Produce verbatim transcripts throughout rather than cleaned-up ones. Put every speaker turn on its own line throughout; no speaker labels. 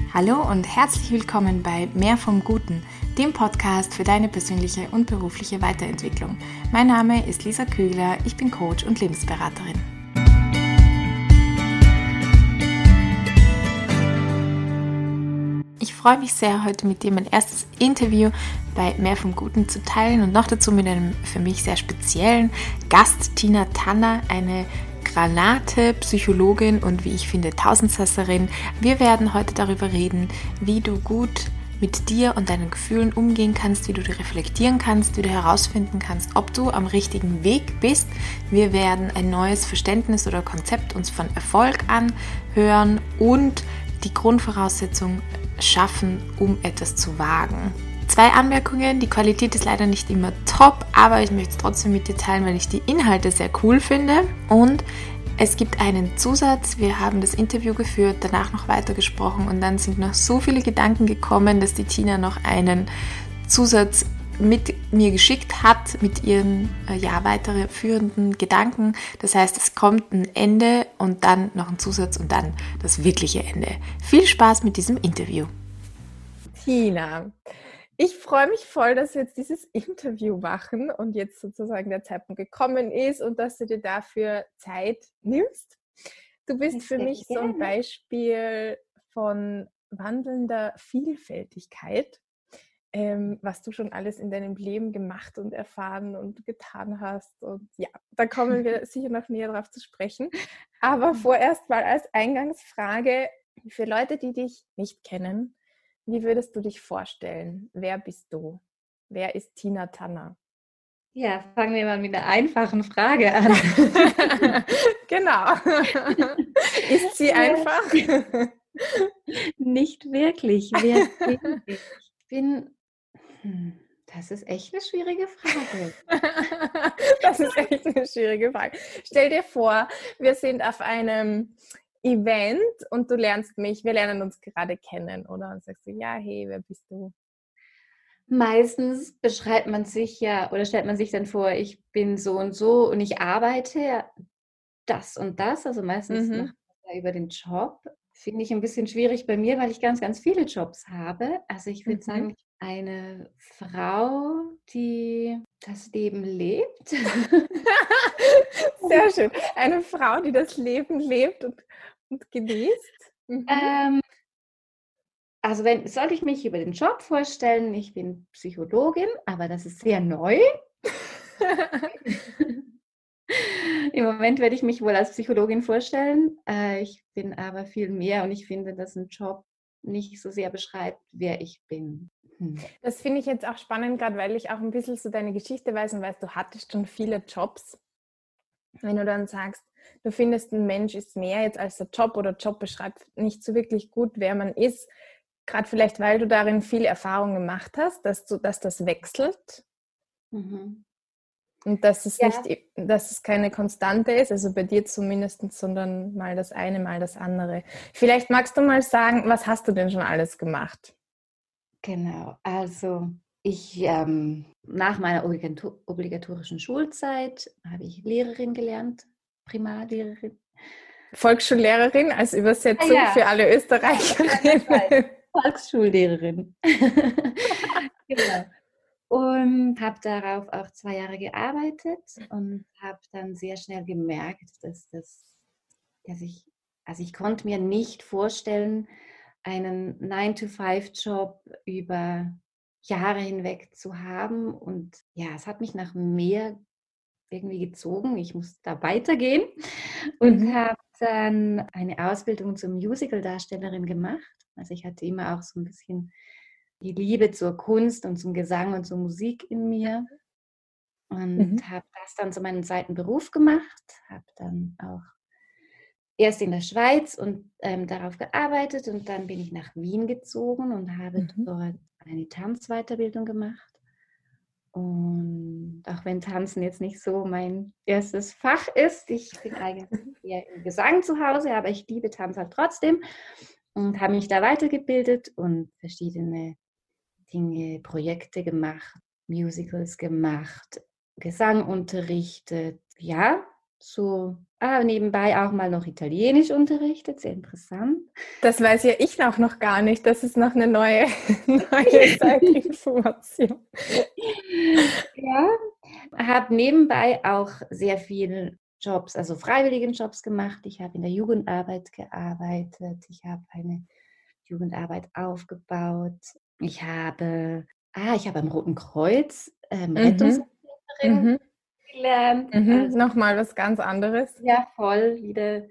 Hallo und herzlich willkommen bei Mehr vom Guten, dem Podcast für deine persönliche und berufliche Weiterentwicklung. Mein Name ist Lisa Kügler, ich bin Coach und Lebensberaterin. Ich freue mich sehr, heute mit dir mein erstes Interview bei Mehr vom Guten zu teilen und noch dazu mit einem für mich sehr speziellen Gast, Tina Tanner, eine Granate, Psychologin und wie ich finde Tausendsasserin. Wir werden heute darüber reden, wie du gut mit dir und deinen Gefühlen umgehen kannst, wie du die reflektieren kannst, wie du herausfinden kannst, ob du am richtigen Weg bist. Wir werden ein neues Verständnis oder Konzept uns von Erfolg anhören und die Grundvoraussetzung schaffen, um etwas zu wagen. Zwei Anmerkungen, die Qualität ist leider nicht immer top, aber ich möchte es trotzdem mit dir teilen, weil ich die Inhalte sehr cool finde. Und es gibt einen Zusatz, wir haben das Interview geführt, danach noch weiter gesprochen und dann sind noch so viele Gedanken gekommen, dass die Tina noch einen Zusatz mit mir geschickt hat, mit ihren ja, weitere führenden Gedanken. Das heißt, es kommt ein Ende und dann noch ein Zusatz und dann das wirkliche Ende. Viel Spaß mit diesem Interview.
Tina, ich freue mich voll, dass wir jetzt dieses Interview machen und jetzt sozusagen der Zeitpunkt gekommen ist und dass du dir dafür Zeit nimmst. Du bist für mich so ein Beispiel von wandelnder Vielfältigkeit, ähm, was du schon alles in deinem Leben gemacht und erfahren und getan hast. Und ja, da kommen wir sicher noch näher drauf zu sprechen. Aber vorerst mal als Eingangsfrage für Leute, die dich nicht kennen: Wie würdest du dich vorstellen? Wer bist du? Wer ist Tina Tanner?
Ja, fangen wir mal mit einer einfachen Frage an.
Genau. Ist sie einfach?
Nicht wirklich. Wer bin ich? Ich bin... Hm, das ist echt eine schwierige Frage.
Das ist echt eine schwierige Frage. Stell dir vor, wir sind auf einem Event und du lernst mich, wir lernen uns gerade kennen, oder? Und sagst du, ja, hey, wer bist du?
Meistens beschreibt man sich ja oder stellt man sich dann vor, ich bin so und so und ich arbeite das und das. Also meistens
Mhm.
macht man ja über den Job. Finde ich ein bisschen schwierig bei mir, weil ich ganz, ganz viele Jobs habe. Also ich würde
Mhm.
sagen, eine Frau, die das Leben lebt.
Sehr schön. Eine Frau, die das Leben lebt und, und genießt. Mhm.
Ähm, also wenn, sollte ich mich über den Job vorstellen, ich bin Psychologin, aber das ist sehr neu. Im Moment werde ich mich wohl als Psychologin vorstellen. Äh, ich bin aber viel mehr und ich finde, dass ein Job nicht so sehr beschreibt, wer ich bin. Hm.
Das finde ich jetzt auch spannend, gerade weil ich auch ein bisschen so deine Geschichte weiß und weiß, du hattest schon viele Jobs. Wenn du dann sagst, du findest, ein Mensch ist mehr jetzt als der Job oder Job beschreibt nicht so wirklich gut, wer man ist, gerade vielleicht, weil du darin viel Erfahrung gemacht hast, dass, du, dass das wechselt.
Mhm.
Und dass es
Ja.
nicht, dass es keine Konstante ist, also bei dir zumindest, sondern mal das eine, mal das andere. Vielleicht magst du mal sagen, was hast du denn schon alles gemacht?
Genau, also ich ähm, nach meiner obligator- obligatorischen Schulzeit habe ich Lehrerin gelernt, Primarlehrerin.
Volksschullehrerin als Übersetzung
Ah, ja.
für alle Österreicherinnen.
Volksschullehrerin. Genau. Und habe darauf auch zwei Jahre gearbeitet und habe dann sehr schnell gemerkt, dass, das, dass ich, also ich konnte mir nicht vorstellen, einen nine to five Job über Jahre hinweg zu haben. Und ja, es hat mich nach mehr irgendwie gezogen. Ich musste da weitergehen und
Mhm.
habe dann eine Ausbildung zur Musical-Darstellerin gemacht. Also ich hatte immer auch so ein bisschen die Liebe zur Kunst und zum Gesang und zur Musik in mir und
Mhm.
habe das dann zu meinem zweiten Beruf gemacht, habe dann auch erst in der Schweiz und ähm, darauf gearbeitet und dann bin ich nach Wien gezogen und habe
Mhm.
dort eine Tanzweiterbildung gemacht. Und auch wenn Tanzen jetzt nicht so mein erstes Fach ist, ich bin eigentlich eher im Gesang zu Hause, aber ich liebe Tanz halt trotzdem und habe mich da weitergebildet und verschiedene Dinge, Projekte gemacht, Musicals gemacht, Gesang unterrichtet, ja, so Ah, nebenbei auch mal noch Italienisch unterrichtet, sehr interessant.
Das weiß ja ich auch noch gar nicht. Das ist noch eine neue, neue Seitinformation.
Ja, habe nebenbei auch sehr viele Jobs, also freiwilligen Jobs gemacht. Ich habe in der Jugendarbeit gearbeitet. Ich habe eine Jugendarbeit aufgebaut. Ich habe, ah, ich habe am Roten Kreuz ähm,
Mhm.
Rettungshelferin
Mhm.
gelernt.
Mhm.
Also
Nochmal was ganz anderes.
ja, voll wieder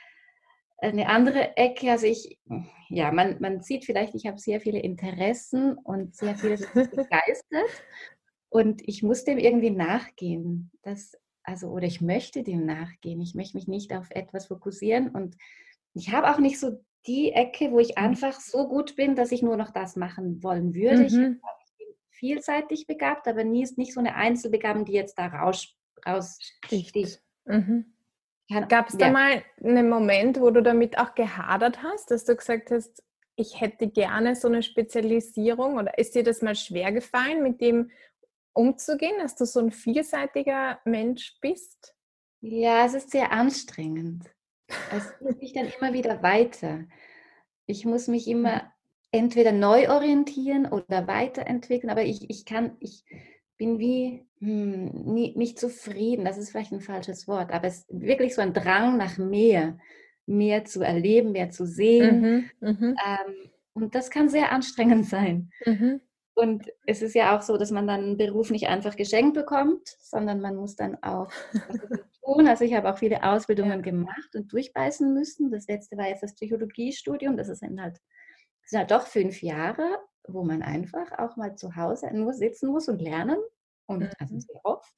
eine andere Ecke. Also ich, ja, man, man sieht vielleicht, ich habe sehr viele Interessen und sehr vieles ist mich begeistert. Und ich muss dem irgendwie nachgehen. Das, also, oder ich möchte dem nachgehen. Ich möchte mich nicht auf etwas fokussieren. Und ich habe auch nicht so die Ecke, wo ich einfach so gut bin, dass ich nur noch das machen wollen würde. Ich,
Mhm.
ich bin vielseitig begabt, aber nie ist nicht so eine Einzelbegabung, die jetzt da raus, raussticht.
Dicht. Mhm.
Kann,
Gab es da
ja.
mal einen Moment, wo du damit auch gehadert hast, dass du gesagt hast, ich hätte gerne so eine Spezialisierung, oder ist dir das mal schwer gefallen, mit dem umzugehen, dass du so ein vielseitiger Mensch bist?
Ja, es ist sehr anstrengend. Es zieht mich dann immer wieder weiter. Ich muss mich
Mhm.
immer entweder neu orientieren oder weiterentwickeln, aber ich, ich kann, ich bin wie hm, nie, nicht zufrieden, das ist vielleicht ein falsches Wort, aber es ist wirklich so ein Drang nach mehr, mehr zu erleben, mehr zu sehen.
Mhm. Mhm.
Ähm, und das kann sehr anstrengend sein.
Mhm.
Und es ist ja auch so, dass man dann einen Beruf nicht einfach geschenkt bekommt, sondern man muss dann auch was dafür tun. Also ich habe auch viele Ausbildungen
Ja.
gemacht und durchbeißen müssen. Das letzte war jetzt das Psychologiestudium. Das ist halt, das sind halt doch fünf Jahre, wo man einfach auch mal zu Hause nur sitzen muss und lernen. Und also
Mhm.
sehr oft.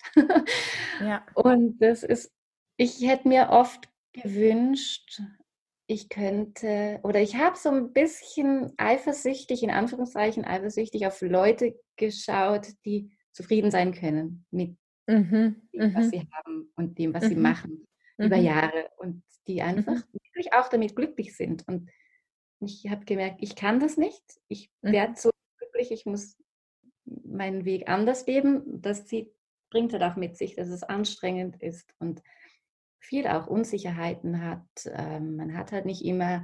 Ja.
Und das ist, ich hätte mir oft gewünscht, ich könnte, oder ich habe so ein bisschen eifersüchtig, in Anführungszeichen eifersüchtig auf Leute geschaut, die zufrieden sein können mit
Mhm.
dem, was
Mhm.
sie haben und dem, was sie
Mhm.
machen über
Mhm.
Jahre und die einfach
Mhm.
wirklich auch damit glücklich sind. Und ich habe gemerkt, ich kann das nicht. Ich
Mhm.
werde so glücklich, ich muss meinen Weg anders leben. Das zieht, bringt halt auch mit sich, dass es anstrengend ist und viel auch Unsicherheiten hat. Ähm, man hat halt nicht immer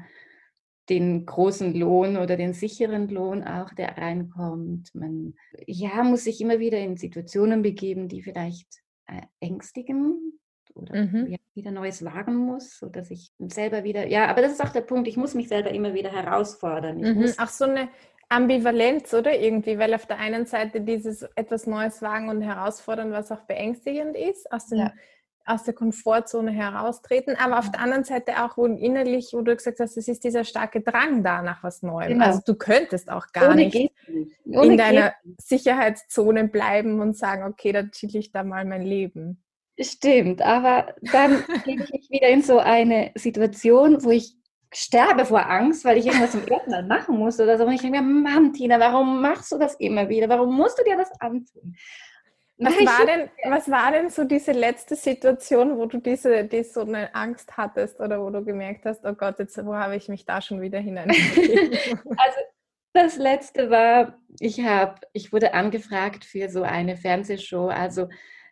den großen Lohn oder den sicheren Lohn auch, der reinkommt. Man ja, muss sich immer wieder in Situationen begeben, die vielleicht äh, ängstigen oder
Mhm.
ja, wieder Neues wagen muss, sodass ich selber wieder, ja, aber das ist auch der Punkt, ich muss mich selber immer wieder herausfordern. Ich
Mhm.
muss,
Auch so eine Ambivalenz, oder irgendwie, weil auf der einen Seite dieses etwas Neues wagen und herausfordern, was auch beängstigend ist, aus,
ja,
den, aus der Komfortzone heraustreten, aber auf der anderen Seite auch, wo innerlich, wo du gesagt hast, es ist dieser starke Drang da nach was Neuem. Also
genau,
du könntest auch gar
ohne
nicht
geht nicht.
in
Ohne geht
deiner Sicherheitszone bleiben und sagen, okay, da chill ich da mal mein Leben.
Stimmt, aber dann gebe ich mich wieder in so eine Situation, wo ich sterbe vor Angst, weil ich irgendwas zum ersten Mal machen muss oder so. Und ich denke mir, Mann, Tina, warum machst du das immer wieder? Warum musst du dir das antun?
Was
Mach ich
war
schon.
denn, was war denn so diese letzte Situation, wo du diese, die so eine Angst hattest oder wo du gemerkt hast, oh Gott, jetzt, wo habe ich mich da schon wieder hineinbegeben?
Also das letzte war, ich habe, ich wurde angefragt für so eine Fernsehshow, also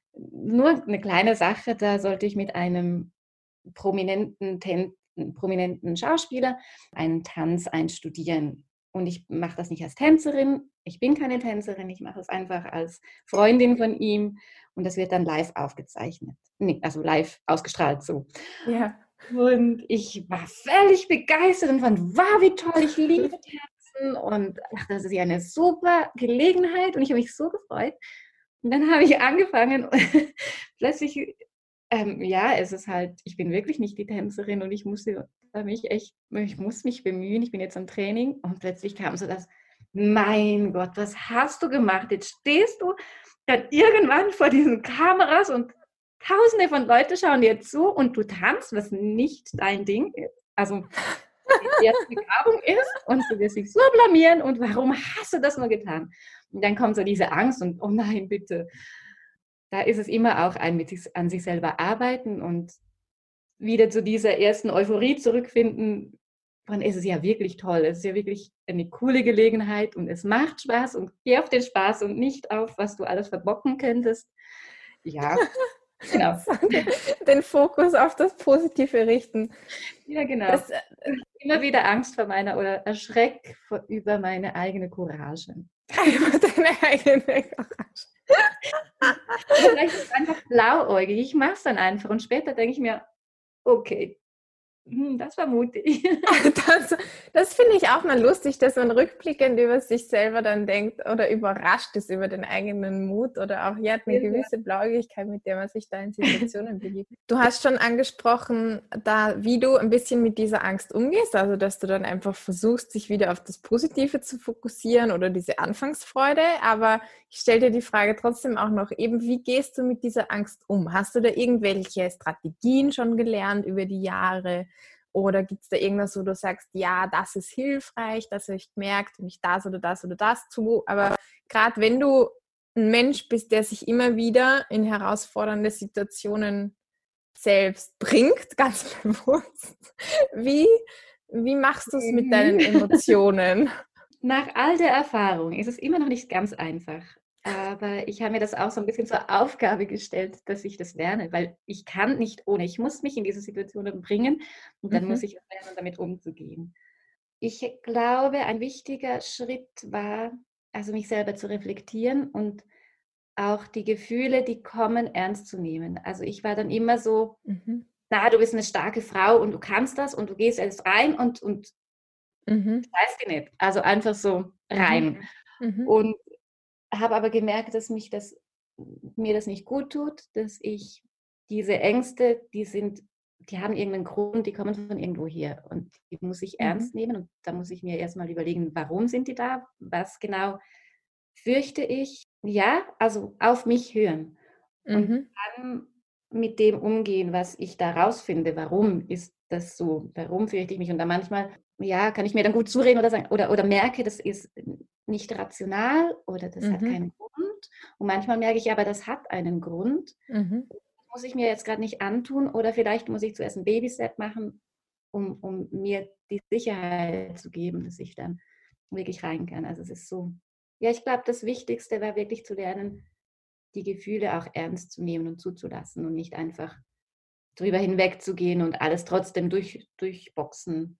nur eine kleine Sache, da sollte ich mit einem prominenten, ten, prominenten Schauspieler einen Tanz einstudieren. Und ich mache das nicht als Tänzerin, ich bin keine Tänzerin, ich mache es einfach als Freundin von ihm und das wird dann live aufgezeichnet. Nee, also live ausgestrahlt so.
Ja.
Und ich war völlig begeistert und fand, wow, wie toll, ich liebe Tanzen und ach, das ist ja eine super Gelegenheit und ich habe mich so gefreut. Und dann habe ich angefangen und plötzlich, ähm, ja, es ist halt, ich bin wirklich nicht die Tänzerin und ich musste mich echt, ich muss mich bemühen, ich bin jetzt am Training und plötzlich kam so das, mein Gott, was hast du gemacht? Jetzt stehst du dann irgendwann vor diesen Kameras und Tausende von Leuten schauen dir zu und du tanzt, was nicht dein Ding ist. Also die erste Begabung ist und du wirst dich so blamieren und warum hast du das nur getan? Und dann kommt so diese Angst und oh nein, bitte. Da ist es immer auch ein mit sich, an sich selber arbeiten und wieder zu dieser ersten Euphorie zurückfinden. Dann ist es ja wirklich toll. Es ist ja wirklich eine coole Gelegenheit und es macht Spaß und geh auf den Spaß und nicht auf, was du alles verbocken könntest. Ja. Genau.
Den Fokus auf das Positive richten.
Ja, genau.
Das,
immer wieder Angst vor meiner oder Erschreck vor, über meine eigene Courage.
Über deine eigene Courage.
Oder vielleicht ist es einfach blauäugig. Ich mache es dann einfach und später denke ich mir, okay, das war mutig.
Das, das finde ich auch mal lustig, dass man rückblickend über sich selber dann denkt oder überrascht ist über den eigenen Mut oder auch ja, eine gewisse Blauäugigkeit, mit der man sich da in Situationen begibt. Du hast schon angesprochen, da, wie du ein bisschen mit dieser Angst umgehst, also dass du dann einfach versuchst, sich wieder auf das Positive zu fokussieren oder diese Anfangsfreude, aber ich stelle dir die Frage trotzdem auch noch eben, wie gehst du mit dieser Angst um? Hast du da irgendwelche Strategien schon gelernt über die Jahre? Oder gibt es da irgendwas, wo du sagst, ja, das ist hilfreich, das habe ich gemerkt, wenn ich das oder das oder das tue. Aber gerade wenn du ein Mensch bist, der sich immer wieder in herausfordernde Situationen selbst bringt, ganz bewusst, wie, wie machst du es mit deinen Emotionen?
Nach all der Erfahrung ist es immer noch nicht ganz einfach. Aber ich habe mir das auch so ein bisschen zur Aufgabe gestellt, dass ich das lerne, weil ich kann nicht ohne. Ich muss mich in diese Situationen bringen und dann mhm. muss ich lernen, damit umzugehen. Ich glaube, ein wichtiger Schritt war, also mich selber zu reflektieren und auch die Gefühle, die kommen, ernst zu nehmen. Also ich war dann immer so, mhm. na, du bist eine starke Frau und du kannst das und du gehst jetzt rein und, und mhm. weißt du nicht. Also einfach so rein. Mhm. Und habe aber gemerkt, dass mich das, mir das nicht gut tut, dass ich diese Ängste, die sind, die haben irgendeinen Grund, die kommen von irgendwo her und die muss ich mhm. ernst nehmen und da muss ich mir erstmal überlegen, warum sind die da, was genau fürchte ich, ja, also auf mich hören mhm. und dann mit dem umgehen, was ich da rausfinde, warum ist das so, warum fürchte ich mich und dann manchmal, ja, kann ich mir dann gut zureden oder sagen, oder, oder merke, das ist nicht rational oder das mhm. hat keinen Grund. Und manchmal merke ich aber, das hat einen Grund. Mhm. Das muss ich mir jetzt gerade nicht antun oder vielleicht muss ich zuerst ein Babyset machen, um, um mir die Sicherheit zu geben, dass ich dann wirklich rein kann. Also es ist so, ja, ich glaube, das Wichtigste war wirklich zu lernen, die Gefühle auch ernst zu nehmen und zuzulassen und nicht einfach drüber hinwegzugehen und alles trotzdem durch, durchboxen.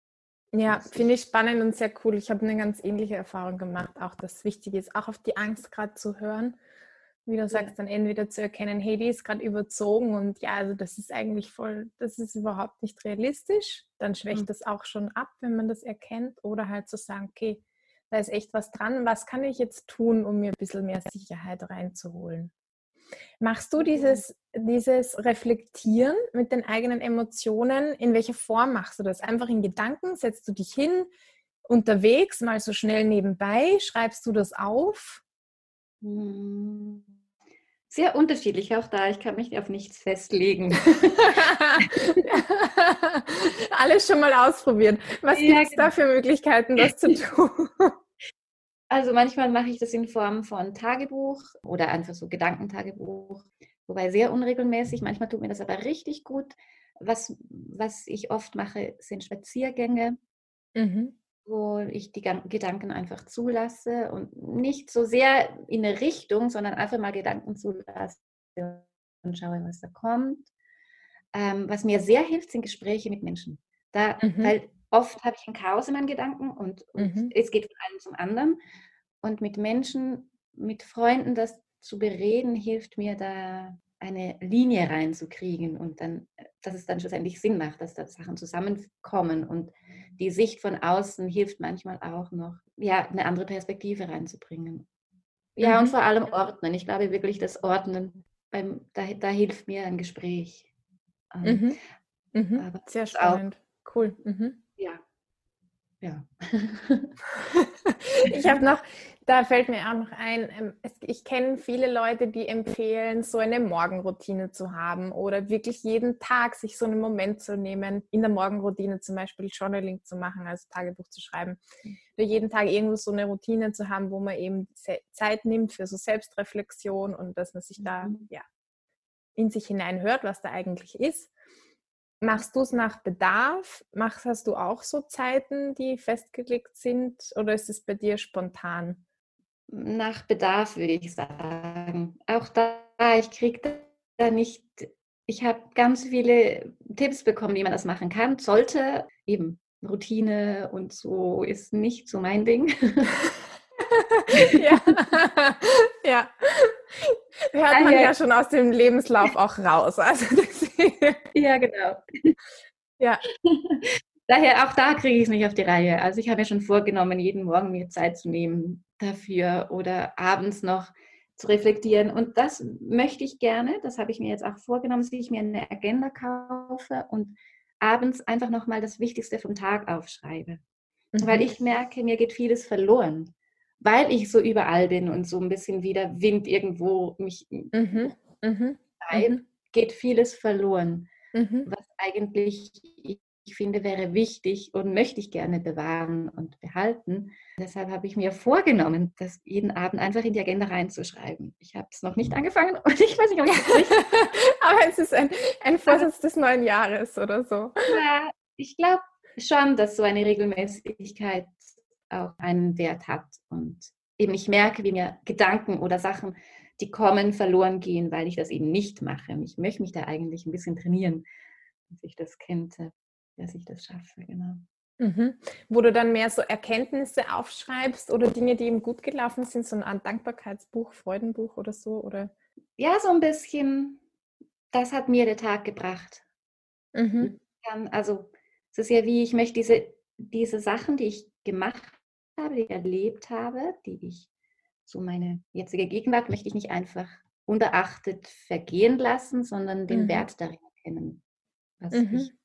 Ja, finde ich spannend und sehr cool. Ich habe eine ganz ähnliche Erfahrung gemacht, auch dass wichtig ist, auch auf die Angst gerade zu hören. Wie du sagst, ja. dann entweder zu erkennen, hey, die ist gerade überzogen und ja, also das ist eigentlich voll, das ist überhaupt nicht realistisch. Dann schwächt mhm. das auch schon ab, wenn man das erkennt. Oder halt zu sagen, okay, da ist echt was dran. Was kann ich jetzt tun, um mir ein bisschen mehr Sicherheit reinzuholen? Machst du dieses, dieses Reflektieren mit den eigenen Emotionen? In welcher Form machst du das? Einfach in Gedanken? Setzt du dich hin, unterwegs, mal so schnell nebenbei? Schreibst du das auf?
Sehr unterschiedlich auch da. Ich kann mich auf nichts festlegen.
Alles schon mal ausprobiert. Was ja, gibt es genau. da für Möglichkeiten, das zu tun?
Also manchmal mache ich das in Form von Tagebuch oder einfach so Gedankentagebuch, wobei sehr unregelmäßig. Manchmal tut mir das aber richtig gut. Was, was ich oft mache, sind Spaziergänge, mhm. wo ich die Gedanken einfach zulasse und nicht so sehr in eine Richtung, sondern einfach mal Gedanken zulasse und schaue, was da kommt. Ähm, was mir sehr hilft, sind Gespräche mit Menschen. Da, mhm. Weil oft habe ich ein Chaos in meinen Gedanken und, und mhm. es geht von einem zum anderen. Und mit Menschen, mit Freunden das zu bereden, hilft mir da eine Linie reinzukriegen und dann, dass es dann schlussendlich Sinn macht, dass da Sachen zusammenkommen. Und die Sicht von außen hilft manchmal auch noch, ja, eine andere Perspektive reinzubringen. Ja, mhm. und vor allem ordnen. Ich glaube wirklich, das Ordnen, beim, da, da hilft mir ein Gespräch.
Mhm. Mhm. Aber sehr spannend. Auch, cool. Mhm.
Ja. Ja.
Ich habe noch, da fällt mir auch noch ein, ich kenne viele Leute, die empfehlen, so eine Morgenroutine zu haben oder wirklich jeden Tag sich so einen Moment zu nehmen, in der Morgenroutine zum Beispiel Journaling zu machen, also Tagebuch zu schreiben, oder jeden Tag irgendwo so eine Routine zu haben, wo man eben Zeit nimmt für so Selbstreflexion und dass man sich da ja, in sich hineinhört, was da eigentlich ist. Machst du es nach Bedarf? Machst, hast du auch so Zeiten, die festgelegt sind oder ist es bei dir spontan?
Nach Bedarf würde ich sagen. Auch da, ich kriege da nicht, ich habe ganz viele Tipps bekommen, wie man das machen kann. Sollte eben Routine und so ist nicht so mein Ding.
Ja. Ja. Hört man ja schon aus dem Lebenslauf auch raus. Also deswegen.
Ja, genau.
Ja.
Daher auch da kriege ich es nicht auf die Reihe. Also ich habe mir schon vorgenommen, jeden Morgen mir Zeit zu nehmen dafür oder abends noch zu reflektieren. Und das möchte ich gerne, das habe ich mir jetzt auch vorgenommen, dass ich mir eine Agenda kaufe und abends einfach nochmal das Wichtigste vom Tag aufschreibe. Mhm. Weil ich merke, mir geht vieles verloren, weil ich so überall bin und so ein bisschen wie der Wind irgendwo mich
mhm. Mhm.
rein, geht vieles verloren,
mhm.
was eigentlich ich finde, wäre wichtig und möchte ich gerne bewahren und behalten. Deshalb habe ich mir vorgenommen, das jeden Abend einfach in die Agenda reinzuschreiben. Ich habe es noch nicht angefangen und ich weiß nicht, ob ich das richtig
Aber es ist ein, ein Vorsatz des neuen Jahres oder so.
Ja, ich glaube schon, dass so eine Regelmäßigkeit auch einen Wert hat. Und eben ich merke, wie mir Gedanken oder Sachen, die kommen, verloren gehen, weil ich das eben nicht mache. Ich möchte mich da eigentlich ein bisschen trainieren, dass ich das könnte. Dass ich das schaffe, genau.
Mhm. Wo du dann mehr so Erkenntnisse aufschreibst oder Dinge, die eben gut gelaufen sind, so eine Art Dankbarkeitsbuch, Freudenbuch oder so, oder?
Ja, so ein bisschen, das hat mir der Tag gebracht.
Mhm.
Also es ist ja wie, ich möchte diese, diese Sachen, die ich gemacht habe, die ich erlebt habe, die ich, so meine jetzige Gegenwart, möchte ich nicht einfach unbeachtet vergehen lassen, sondern den
Mhm.
Wert darin erkennen, was
Mhm.
ich.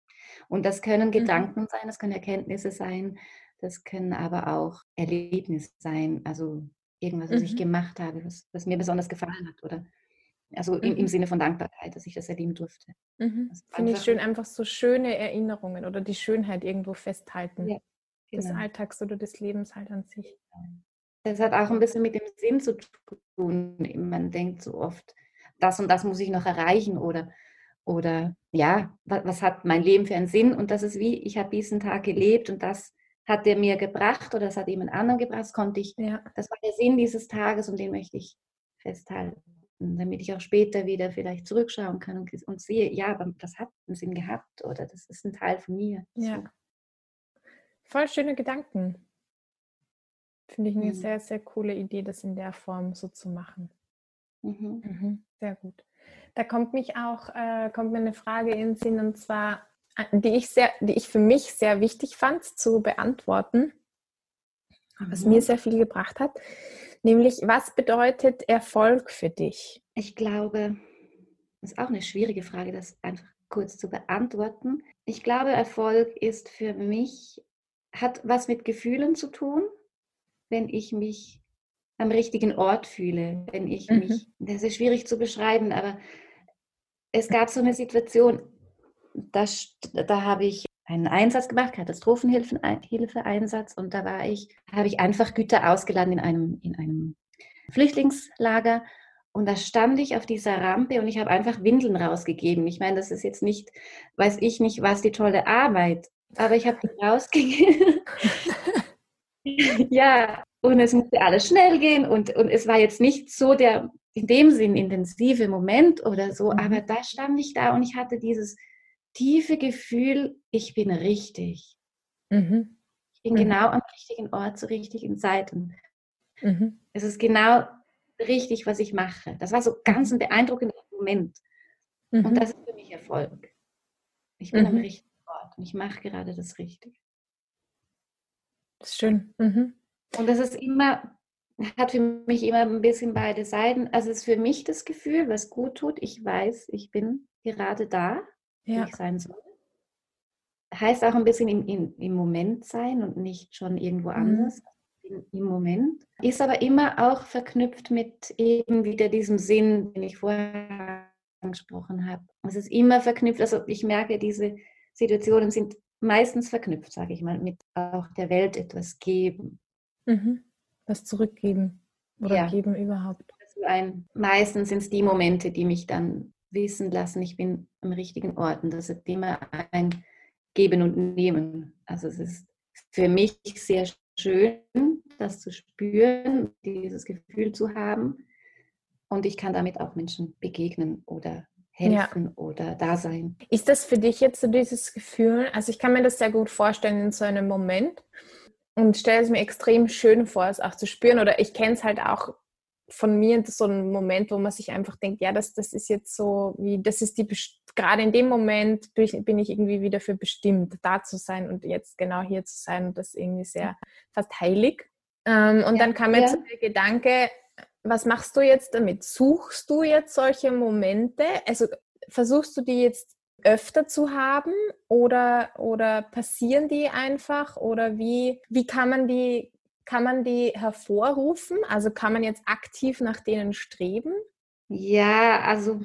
Und das können Gedanken
Mhm.
sein, das können Erkenntnisse sein, das können aber auch Erlebnisse sein, also irgendwas, was
Mhm.
ich gemacht habe, was, was mir besonders gefallen hat, oder also im,
Mhm.
im Sinne von Dankbarkeit, dass ich das erleben durfte.
Mhm.
Also
Finde ich
einfach,
schön, einfach so schöne Erinnerungen oder die Schönheit irgendwo festhalten.
ja, genau.
Des Alltags oder des Lebens halt an sich.
Das hat auch ein bisschen mit dem Sinn zu tun. Man denkt so oft, das und das muss ich noch erreichen oder, oder ja, was, was hat mein Leben für einen Sinn? Und das ist wie, ich habe diesen Tag gelebt und das hat der mir gebracht oder das hat jemand anderen gebracht. Das konnte ich,
Ja.
das war der Sinn dieses Tages und den möchte ich festhalten, damit ich auch später wieder vielleicht zurückschauen kann und, und sehe, ja, aber das hat einen Sinn gehabt oder das ist ein Teil von mir.
Ja.
So.
Voll schöne Gedanken. Finde ich eine
Mhm.
sehr, sehr coole Idee, das in der Form so zu machen.
Mhm.
Mhm. Sehr gut. Da kommt mich auch, äh, kommt mir eine Frage in den Sinn, und zwar, die ich sehr, die ich für mich sehr wichtig fand zu beantworten, was
Mhm.
mir sehr viel gebracht hat, nämlich, was bedeutet Erfolg für dich?
Ich glaube, das ist auch eine schwierige Frage, das einfach kurz zu beantworten. Ich glaube, Erfolg ist für mich, hat was mit Gefühlen zu tun, wenn ich mich am richtigen Ort fühle, wenn ich
Mhm.
mich, das ist schwierig zu beschreiben, aber es gab so eine Situation, da, da habe ich einen Einsatz gemacht, Katastrophenhilfeeinsatz, und da war ich, habe ich einfach Güter ausgeladen in einem, in einem Flüchtlingslager. Und da stand ich auf dieser Rampe und ich habe einfach Windeln rausgegeben. Ich meine, das ist jetzt nicht, weiß ich nicht, was die tolle Arbeit, aber ich habe die rausgegeben. Ja, und es musste alles schnell gehen und, und es war jetzt nicht so der, in dem Sinn, intensive Moment oder so,
Mhm.
aber da stand ich da und ich hatte dieses tiefe Gefühl, ich bin richtig.
Mhm.
Ich bin
Mhm.
genau am richtigen Ort zur richtigen Zeit. Und
Mhm.
es ist genau richtig, was ich mache. Das war so ganz ein beeindruckender Moment.
Mhm.
Und das ist für mich Erfolg. Ich bin
Mhm.
am richtigen Ort und ich mache gerade das Richtige.
Das ist schön. Mhm.
Und das ist immer, hat für mich immer ein bisschen beide Seiten. Also es ist für mich das Gefühl, was gut tut. Ich weiß, ich bin gerade da,
Ja.
wo ich sein soll. Heißt auch ein bisschen im, im, im Moment sein und nicht schon irgendwo anders. Im, Im Moment. Ist aber immer auch verknüpft mit eben wieder diesem Sinn, den ich vorher angesprochen habe. Es ist immer verknüpft, also ich merke, diese Situationen sind meistens verknüpft, sage ich mal, mit auch der Welt etwas geben.
Mhm. Was zurückgeben oder
Ja.
geben überhaupt.
Also ein, meistens sind es die Momente, die mich dann wissen lassen, ich bin am richtigen Ort. Und das ist immer ein Geben und Nehmen. Also es ist für mich sehr schön, das zu spüren, dieses Gefühl zu haben. und ich kann damit auch Menschen begegnen oder
Ja.
helfen oder da sein.
Ist das für dich jetzt so dieses Gefühl, also ich kann mir das sehr gut vorstellen in so einem Moment und stelle es mir extrem schön vor, es auch zu spüren, oder ich kenne es halt auch von mir, so ein Moment, wo man sich einfach denkt, ja, das, das ist jetzt so, wie, das ist die, Best- gerade in dem Moment bin ich, bin ich irgendwie wieder für bestimmt, da zu sein und jetzt genau hier zu sein, und das irgendwie sehr fast heilig. Ähm, und
Ja,
dann kam mir
ja.
zu der Gedanke, was machst du jetzt damit? Suchst du jetzt solche Momente? Also versuchst du die jetzt öfter zu haben, oder, oder passieren die einfach, oder wie, wie kann man die, kann man die hervorrufen? Also kann man jetzt aktiv nach denen streben?
Ja, also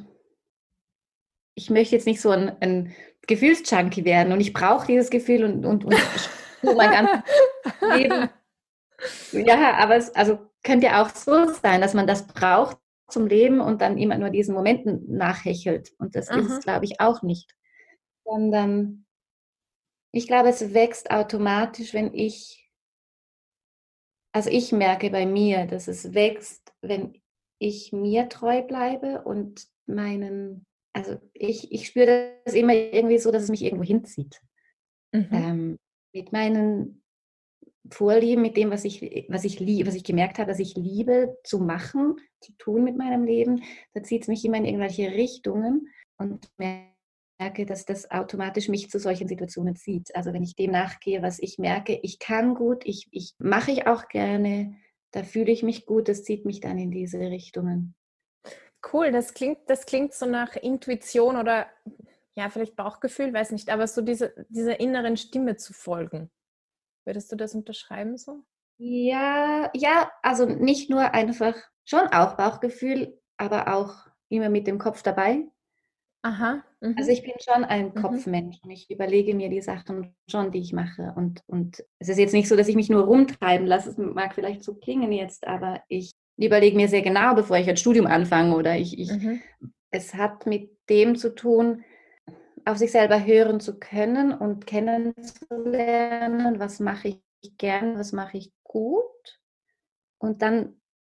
ich möchte jetzt nicht so ein, ein Gefühlsjunkie werden und ich brauche dieses Gefühl und, und, und spüre mein ganzes Leben. Ja, aber es also könnte ja auch so sein, dass man das braucht zum Leben und dann immer nur diesen Momenten nachhechelt. Und das ist es,
Aha.
glaube ich, auch nicht. Sondern ich glaube, es wächst automatisch, wenn ich, also ich merke bei mir, dass es wächst, wenn ich mir treu bleibe und meinen, also ich, ich spüre das immer irgendwie so, dass es mich irgendwo hinzieht.
Mhm.
Ähm, mit meinen Vorlieben, mit dem, was ich, was ich liebe, was ich gemerkt habe, dass ich liebe zu machen, zu tun mit meinem Leben, da zieht es mich immer in irgendwelche Richtungen und merke, dass das automatisch mich zu solchen Situationen zieht. Also wenn ich dem nachgehe, was ich merke, ich kann gut, ich, ich mache ich auch gerne, da fühle ich mich gut, das zieht mich dann in diese Richtungen.
Cool, das klingt, das klingt so nach Intuition oder ja, vielleicht Bauchgefühl, weiß nicht, aber so diese, dieser inneren Stimme zu folgen. Würdest du das unterschreiben so?
Ja, ja, also nicht nur einfach, schon auch Bauchgefühl, aber auch immer mit dem Kopf dabei.
Aha.
Also
Mhm.
ich bin schon ein
Mhm.
Kopfmensch und ich überlege mir die Sachen schon, die ich mache. Und, und es ist jetzt nicht so, dass ich mich nur rumtreiben lasse. Es mag vielleicht so klingen jetzt, aber ich überlege mir sehr genau, bevor ich ein Studium anfange. Oder ich, ich,
Mhm.
es hat mit dem zu tun, auf sich selber hören zu können und kennenzulernen, was mache ich gern, was mache ich gut. Und dann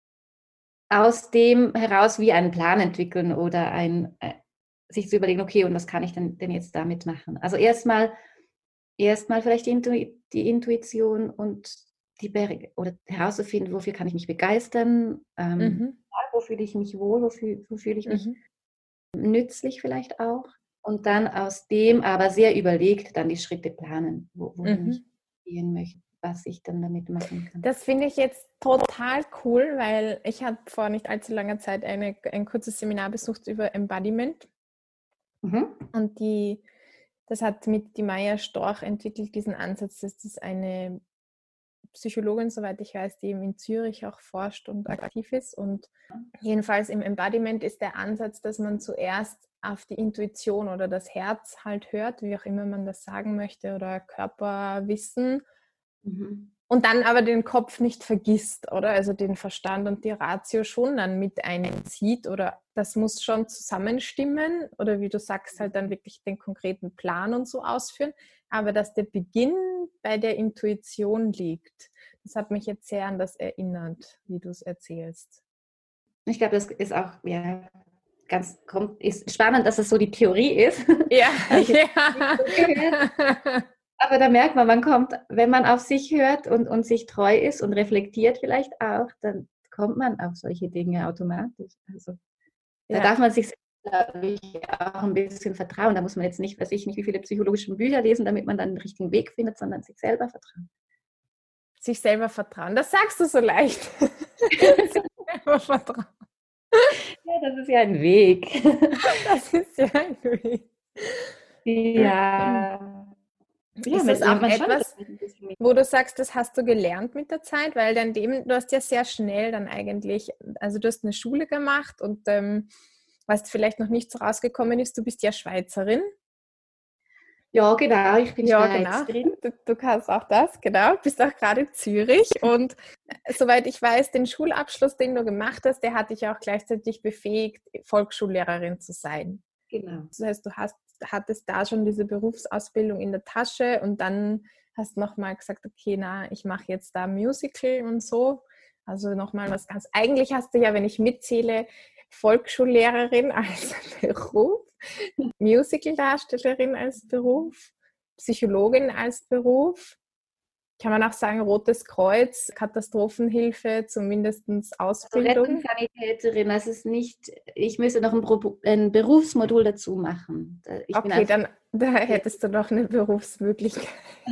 aus dem heraus wie einen Plan entwickeln oder ein, äh, sich zu überlegen, okay, und was kann ich denn, denn jetzt damit machen? Also erstmal erstmal vielleicht die, Intu die Intuition und die Be oder herauszufinden, wofür kann ich mich begeistern, ähm,
Mhm.
wo fühle ich mich wohl, wo, fühl, wo fühle ich mich
Mhm.
nützlich vielleicht auch. Und dann aus dem aber sehr überlegt dann die Schritte planen, wo, wohin ich
Mhm.
gehen möchte, was ich dann damit machen kann.
Das finde ich jetzt total cool, weil ich habe vor nicht allzu langer Zeit eine, ein kurzes Seminar besucht über Embodiment.
Mhm.
Und die, das hat mit die Maya Storch entwickelt, diesen Ansatz. Das ist eine Psychologin, soweit ich weiß, die eben in Zürich auch forscht und aktiv ist. Und jedenfalls im Embodiment ist der Ansatz, dass man zuerst auf die Intuition oder das Herz halt hört, wie auch immer man das sagen möchte, oder Körperwissen.
Mhm.
Und dann aber den Kopf nicht vergisst, oder? Also den Verstand und die Ratio schon dann mit einzieht, oder das muss schon zusammenstimmen, oder wie du sagst, halt dann wirklich den konkreten Plan und so ausführen, aber dass der Beginn bei der Intuition liegt. Das hat mich jetzt sehr an das erinnert, wie du es erzählst.
Ich glaube, das ist auch ja, ganz kommt, ist spannend, dass es so die Theorie ist.
Ja,
Habe ich jetzt nicht
ja.
so gehört. Aber da merkt man, man kommt, wenn man auf sich hört und, und sich treu ist und reflektiert vielleicht auch, dann kommt man auf solche Dinge automatisch. Also da
Ja.
darf man sich, glaube ich, auch ein bisschen vertrauen. Da muss man jetzt nicht, weiß ich nicht, wie viele psychologische Bücher lesen, damit man dann den richtigen Weg findet, sondern sich selber vertrauen.
Sich selber vertrauen, das sagst du so leicht. Sich selber vertrauen,
Ja, das ist ja ein Weg.
das ist ja ein Weg.
Ja. Ja,
Ist das
mit, ja,
auch
man schon.
etwas, wo du sagst, das hast du gelernt mit der Zeit? Weil dann dem, du hast ja sehr schnell dann eigentlich, also du hast eine Schule gemacht und ähm, was vielleicht noch nicht so rausgekommen ist, du bist ja Schweizerin.
Ja, genau, ich bin
Ja, genau.
Schweizerin.
Du, du kannst auch das, genau. Bist auch gerade in Zürich und äh, soweit ich weiß, den Schulabschluss, den du gemacht hast, der hat dich auch gleichzeitig befähigt, Volksschullehrerin zu sein.
Genau.
Das heißt, du hast, hattest da schon diese Berufsausbildung in der Tasche und dann hast nochmal gesagt, okay, na, ich mache jetzt da Musical und so. Also nochmal was ganz, eigentlich hast du ja, wenn ich mitzähle, Volksschullehrerin als Beruf, Musicaldarstellerin als Beruf, Psychologin als Beruf. Kann man auch sagen, Rotes Kreuz, Katastrophenhilfe, zumindest Ausbildung.
Also Rettungssanitäterin, das ist nicht, ich müsste noch ein, Pro, ein Berufsmodul dazu machen. Ich
okay, dann da hättest du noch eine Berufsmöglichkeit.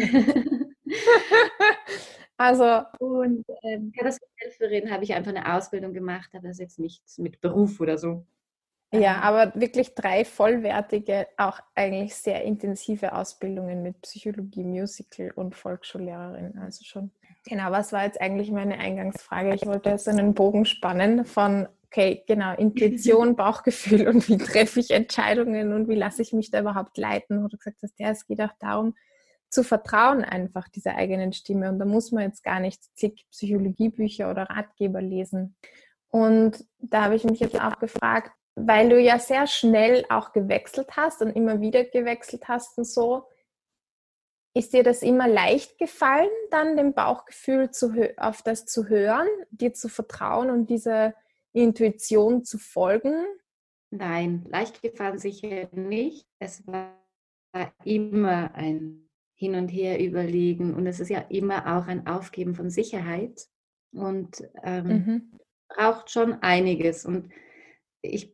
Also
und ähm, Katastrophenhelferin habe ich einfach eine Ausbildung gemacht, aber das ist jetzt nichts mit Beruf oder so.
Ja, aber wirklich drei vollwertige, auch eigentlich sehr intensive Ausbildungen mit Psychologie, Musical und Volksschullehrerin. Also schon. Genau, was war jetzt eigentlich meine Eingangsfrage? Ich wollte jetzt einen Bogen spannen von, okay, genau, Intuition, Bauchgefühl und wie treffe ich Entscheidungen und wie lasse ich mich da überhaupt leiten? Wo du gesagt hast, ja, es geht auch darum, zu vertrauen einfach dieser eigenen Stimme. Und da muss man jetzt gar nicht zig Psychologiebücher oder Ratgeber lesen. Und da habe ich mich jetzt auch gefragt, weil du ja sehr schnell auch gewechselt hast und immer wieder gewechselt hast und so, ist dir das immer leicht gefallen, dann dem Bauchgefühl zu, auf das zu hören, dir zu vertrauen und dieser Intuition zu folgen?
Nein, leicht gefallen sicher nicht. Es war immer ein Hin und Her überlegen und es ist ja immer auch ein Aufgeben von Sicherheit und ähm, mhm. braucht schon einiges. Und ich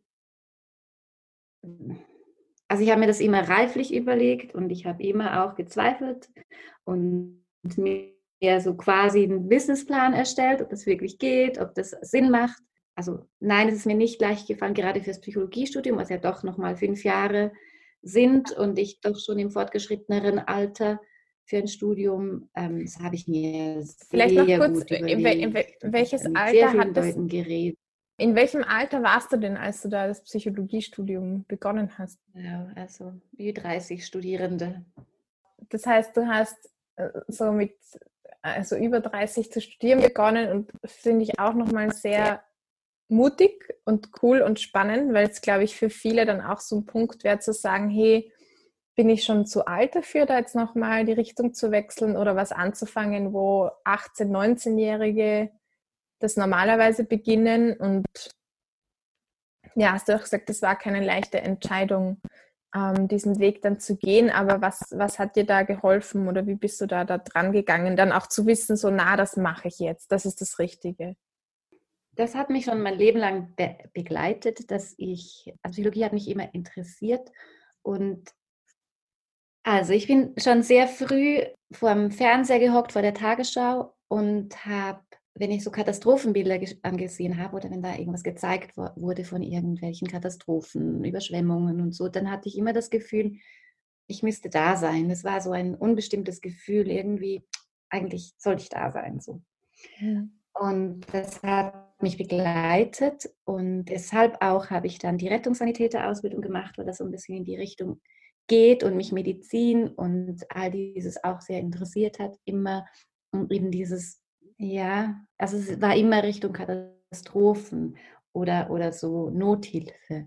Also ich habe mir das immer reiflich überlegt und ich habe immer auch gezweifelt und mir so quasi einen Businessplan erstellt, ob das wirklich geht, ob das Sinn macht. Also nein, es ist mir nicht leicht gefallen, gerade fürs Psychologiestudium, was ja doch nochmal fünf Jahre sind und ich doch schon im fortgeschritteneren Alter für ein Studium, ähm, das habe ich mir
Vielleicht
sehr
noch kurz,
gut überlegt.
In, wel, in welches
mit
Alter
sehr vielen
hat das,
Leuten geredet.
In welchem Alter warst du denn, als du da das Psychologiestudium begonnen hast?
Ja, also wie dreißig Studierende.
Das heißt, du hast so mit also über dreißig zu studieren begonnen und finde ich auch nochmal sehr mutig und cool und spannend, weil es, glaube ich, für viele dann auch so ein Punkt wäre zu sagen, hey, bin ich schon zu alt dafür, da jetzt nochmal die Richtung zu wechseln oder was anzufangen, wo achtzehn-, neunzehnjährige das normalerweise beginnen. Und ja, hast du auch gesagt, das war keine leichte Entscheidung, ähm, diesen Weg dann zu gehen. Aber was, was hat dir da geholfen oder wie bist du da, da dran gegangen, dann auch zu wissen, so na, das mache ich jetzt, das ist das Richtige?
Das hat mich schon mein Leben lang be- begleitet, dass ich, also Psychologie hat mich immer interessiert und also ich bin schon sehr früh vor dem Fernseher gehockt, vor der Tagesschau und habe, wenn ich so Katastrophenbilder angesehen habe oder wenn da irgendwas gezeigt wurde von irgendwelchen Katastrophen, Überschwemmungen und so, dann hatte ich immer das Gefühl, ich müsste da sein. Das war so ein unbestimmtes Gefühl, irgendwie, eigentlich sollte ich da sein. So. Mhm. Und das hat mich begleitet und deshalb auch habe ich dann die Rettungssanitäterausbildung gemacht, weil das so ein bisschen in die Richtung geht und mich Medizin und all dieses auch sehr interessiert hat, immer und eben dieses, ja, also es war immer Richtung Katastrophen oder, oder so Nothilfe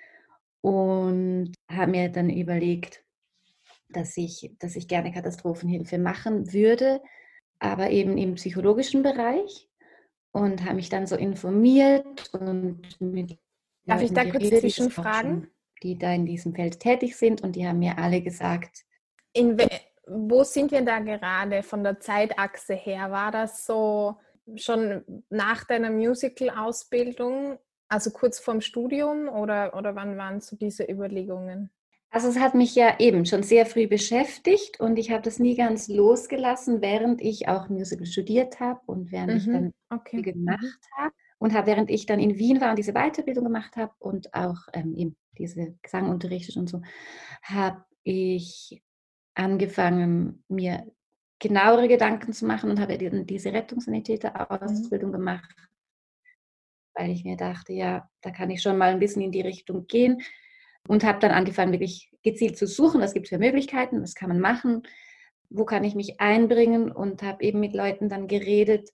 und habe mir dann überlegt, dass ich, dass ich gerne Katastrophenhilfe machen würde, aber eben im psychologischen Bereich und habe mich dann so informiert und mit
Darf ich da kurz zwischenfragen?
Die da in diesem Feld tätig sind und die haben mir alle gesagt.
In we- wo sind wir da gerade von der Zeitachse her? War das so schon nach deiner Musical-Ausbildung, also kurz vorm Studium oder, oder wann waren so diese Überlegungen?
Also es hat mich ja eben schon sehr früh beschäftigt und ich habe das nie ganz losgelassen, während ich auch Musical studiert habe und während
Mhm,
ich dann
okay.
gemacht
Mhm.
habe. Und habe, während ich dann in Wien war und diese Weiterbildung gemacht habe und auch ähm, eben diese Gesang unterrichtet und so, habe ich angefangen, mir genauere Gedanken zu machen und habe diese Rettungssanitäter-Ausbildung mhm. gemacht, weil ich mir dachte, ja, da kann ich schon mal ein bisschen in die Richtung gehen und habe dann angefangen, wirklich gezielt zu suchen, was gibt es für Möglichkeiten, was kann man machen, wo kann ich mich einbringen und habe eben mit Leuten dann geredet.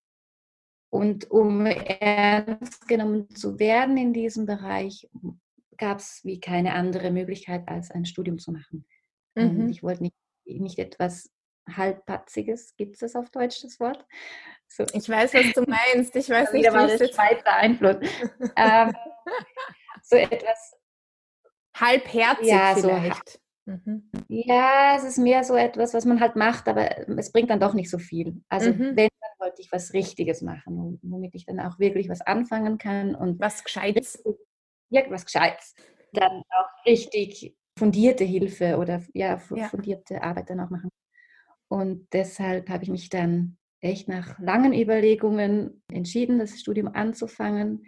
Und um ernst genommen zu werden in diesem Bereich, gab es wie keine andere Möglichkeit, als ein Studium zu machen. Mhm. Und ich wollte nicht, nicht etwas halbpatziges, gibt es das auf Deutsch, das Wort? So.
Ich weiß, was du meinst. Ich weiß nicht,
Wieder mal
wie
der
es
Schweizer Einfluss. ähm, so etwas.
Halbherzig
Ja,
vielleicht.
So,
mhm.
Ja, es ist mehr so etwas, was man halt macht, aber es bringt dann doch nicht so viel. Also
Mhm.
wenn, dann wollte ich was Richtiges machen, womit ich dann auch wirklich was anfangen kann. Und
was Gescheites.
Ja, was Gescheites. Dann auch richtig fundierte Hilfe oder ja,
Ja.
fundierte Arbeit dann auch machen. Und deshalb habe ich mich dann echt nach langen Überlegungen entschieden, das Studium anzufangen.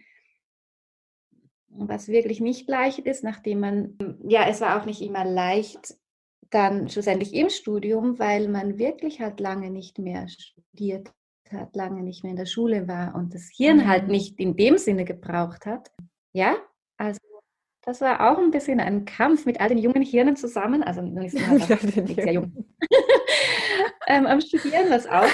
Was wirklich nicht leicht ist, nachdem man, ja, es war auch nicht immer leicht, dann schlussendlich im Studium, weil man wirklich halt lange nicht mehr studiert hat, lange nicht mehr in der Schule war und das Hirn
Mhm.
halt nicht in dem Sinne gebraucht hat. Ja, also das war auch ein bisschen ein Kampf mit all den jungen Hirnen zusammen, also dann ist man halt auch nicht sehr jung ähm, am Studieren, was auch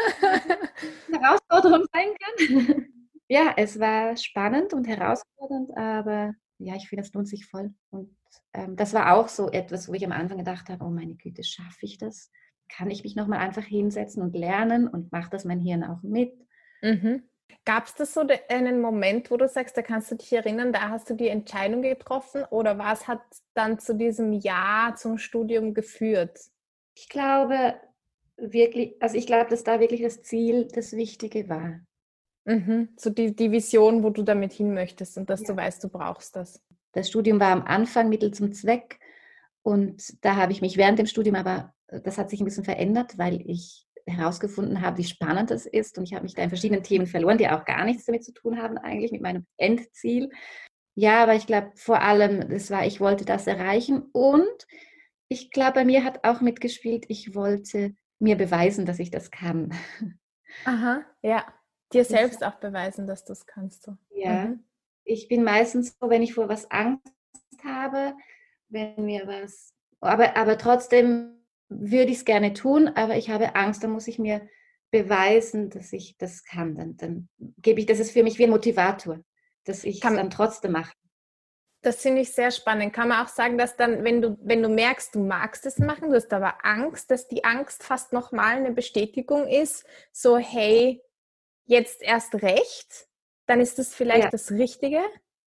eine Herausforderung sein kann. Ja, es war spannend und herausfordernd, aber ja, ich finde, es lohnt sich voll. Und ähm, das war auch so etwas, wo ich am Anfang gedacht habe, oh meine Güte, schaffe ich das? Kann ich mich nochmal einfach hinsetzen und lernen und macht das mein Hirn auch mit?
Mhm. Gab es das so einen Moment, wo du sagst, da kannst du dich erinnern, da hast du die Entscheidung getroffen oder was hat dann zu diesem Ja zum Studium geführt?
Ich glaube wirklich, also ich glaube, dass da wirklich das Ziel das Wichtige war.
Mhm. So die, die Vision, wo du damit hin möchtest und dass
Ja.
du weißt, du brauchst das.
Das Studium war am Anfang Mittel zum Zweck und da habe ich mich während dem Studium, aber das hat sich ein bisschen verändert, weil ich herausgefunden habe, wie spannend das ist und ich habe mich da in verschiedenen Themen verloren, die auch gar nichts damit zu tun haben eigentlich mit meinem Endziel. Ja, aber ich glaube vor allem, das war, ich wollte das erreichen und ich glaube, bei mir hat auch mitgespielt, ich wollte mir beweisen, dass ich das kann.
Aha, ja. Dir selbst auch beweisen, dass du es kannst. So.
Ja,
Mhm.
ich bin meistens so, wenn ich vor was Angst habe, wenn mir was, aber, aber trotzdem würde ich es gerne tun, aber ich habe Angst, dann muss ich mir beweisen, dass ich das kann. Dann, dann gebe ich, das ist für mich wie ein Motivator, dass ich es dann trotzdem mache.
Das finde ich sehr spannend. Kann man auch sagen, dass dann, wenn du, wenn du merkst, du magst es machen, du hast aber Angst, dass die Angst fast nochmal eine Bestätigung ist, so hey, jetzt erst recht, dann ist das vielleicht
Ja.
das Richtige?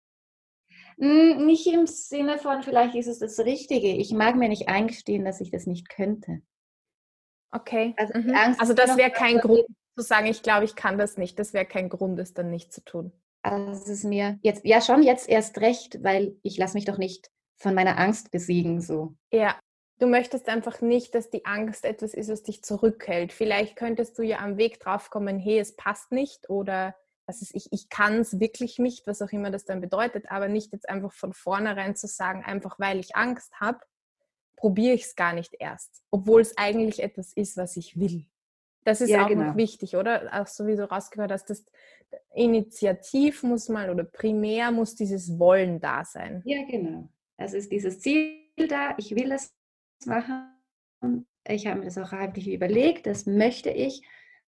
Nicht im Sinne von, vielleicht ist es das Richtige. Ich mag mir nicht eingestehen, dass ich das nicht könnte.
Okay.
Also, die
Mhm.
Angst
Also
ist
das
noch
wäre
da,
kein Grund zu sagen, ich glaube, ich kann das nicht. Das wäre kein Grund, es dann nicht zu tun.
Also es ist mir jetzt, ja schon jetzt erst recht, weil ich lasse mich doch nicht von meiner Angst besiegen. So.
Ja, du möchtest einfach nicht, dass die Angst etwas ist, was dich zurückhält. Vielleicht könntest du ja am Weg drauf kommen, hey, es passt nicht oder was ist ich, ich kann es wirklich nicht, was auch immer das dann bedeutet, aber nicht jetzt einfach von vornherein zu sagen, einfach weil ich Angst habe, probiere ich es gar nicht erst, obwohl es eigentlich etwas ist, was ich will. Das ist
Ja,
auch
genau.
noch wichtig, oder? Auch so wie du rausgehört hast, dass initiativ muss mal oder primär muss dieses Wollen da sein.
Ja, genau. Es ist dieses Ziel da, ich will es machen. Ich habe mir das auch eigentlich überlegt, das möchte ich.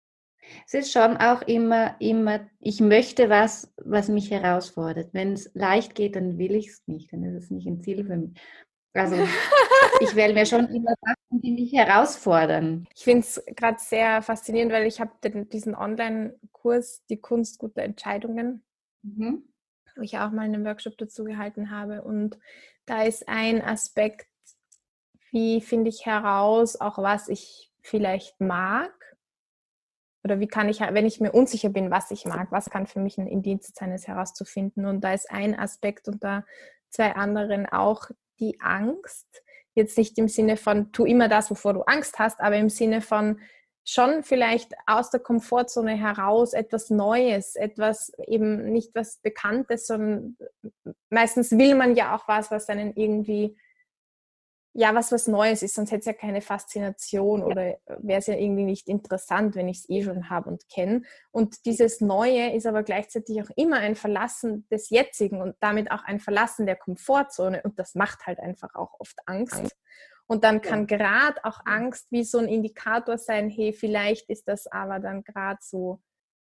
Es ist schon auch immer, immer, ich möchte was, was mich herausfordert. Wenn es leicht geht, dann will ich es nicht, dann ist es nicht ein Ziel für mich. Also ich wähle mir schon immer Sachen, die mich herausfordern.
Ich finde es gerade sehr faszinierend, weil ich habe diesen Online-Kurs, die Kunst guter Entscheidungen,
Mhm.
wo ich auch mal einen Workshop dazu gehalten habe. Und da ist ein Aspekt, wie finde ich heraus, auch was ich vielleicht mag. Oder wie kann ich, wenn ich mir unsicher bin, was ich mag, was kann für mich ein Indiz sein, es herauszufinden. Und da ist ein Aspekt unter zwei anderen auch die Angst. Jetzt nicht im Sinne von, tu immer das, wovor du Angst hast, aber im Sinne von schon vielleicht aus der Komfortzone heraus etwas Neues, etwas eben nicht was Bekanntes, sondern meistens will man ja auch was, was einen irgendwie ja, was was Neues ist, sonst hätte es ja keine Faszination oder wäre es ja irgendwie nicht interessant, wenn ich es eh schon habe und kenne. Und dieses Neue ist aber gleichzeitig auch immer ein Verlassen des Jetzigen und damit auch ein Verlassen der Komfortzone und das macht halt einfach auch oft Angst. Und dann kann ja. gerade auch Angst wie so ein Indikator sein, hey, vielleicht ist das aber dann gerade so,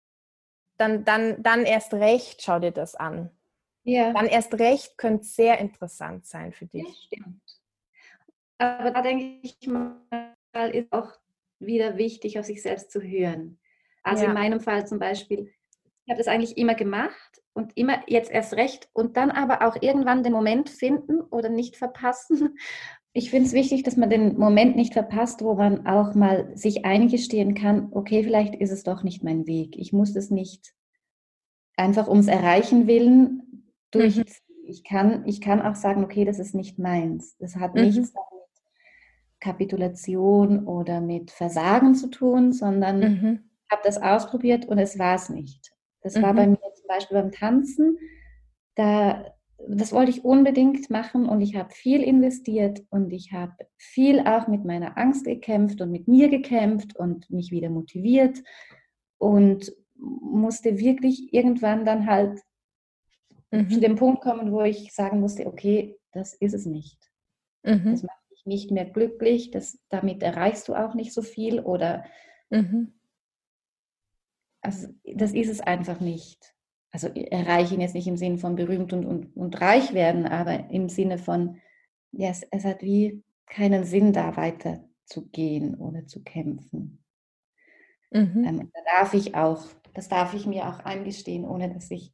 dann, dann, dann erst recht, schau dir das an. Ja. Dann erst recht könnte es sehr interessant sein für dich.
Ja, stimmt. Aber da denke ich mal, ist auch wieder wichtig, auf sich selbst zu hören. Also
Ja.
in meinem Fall zum Beispiel, ich habe das eigentlich immer gemacht und immer jetzt erst recht und dann aber auch irgendwann den Moment finden oder nicht verpassen. Ich finde es wichtig, dass man den Moment nicht verpasst, wo man auch mal sich eingestehen kann, okay, vielleicht ist es doch nicht mein Weg. Ich muss es nicht einfach ums Erreichen willen durchziehen. Mhm. Ich kann, ich kann auch sagen, okay, das ist nicht meins. Das hat mhm. nichts mit Kapitulation oder mit Versagen zu tun, sondern mhm. ich habe das ausprobiert und es war es nicht. Das mhm. war bei mir zum Beispiel beim Tanzen, da, das wollte ich unbedingt machen und ich habe viel investiert und ich habe viel auch mit meiner Angst gekämpft und mit mir gekämpft und mich wieder motiviert und musste wirklich irgendwann dann halt mhm. zu dem Punkt kommen, wo ich sagen musste, okay, das ist es nicht. Mhm. Das macht dich nicht mehr glücklich, das, damit erreichst du auch nicht so viel oder mhm. also das ist es einfach nicht. Also erreichen jetzt nicht im Sinne von berühmt und, und, und reich werden, aber im Sinne von, ja, es, es hat wie keinen Sinn, da weiter zu gehen oder zu kämpfen. Mhm. Ähm, da darf ich auch, das darf ich mir auch eingestehen, ohne dass ich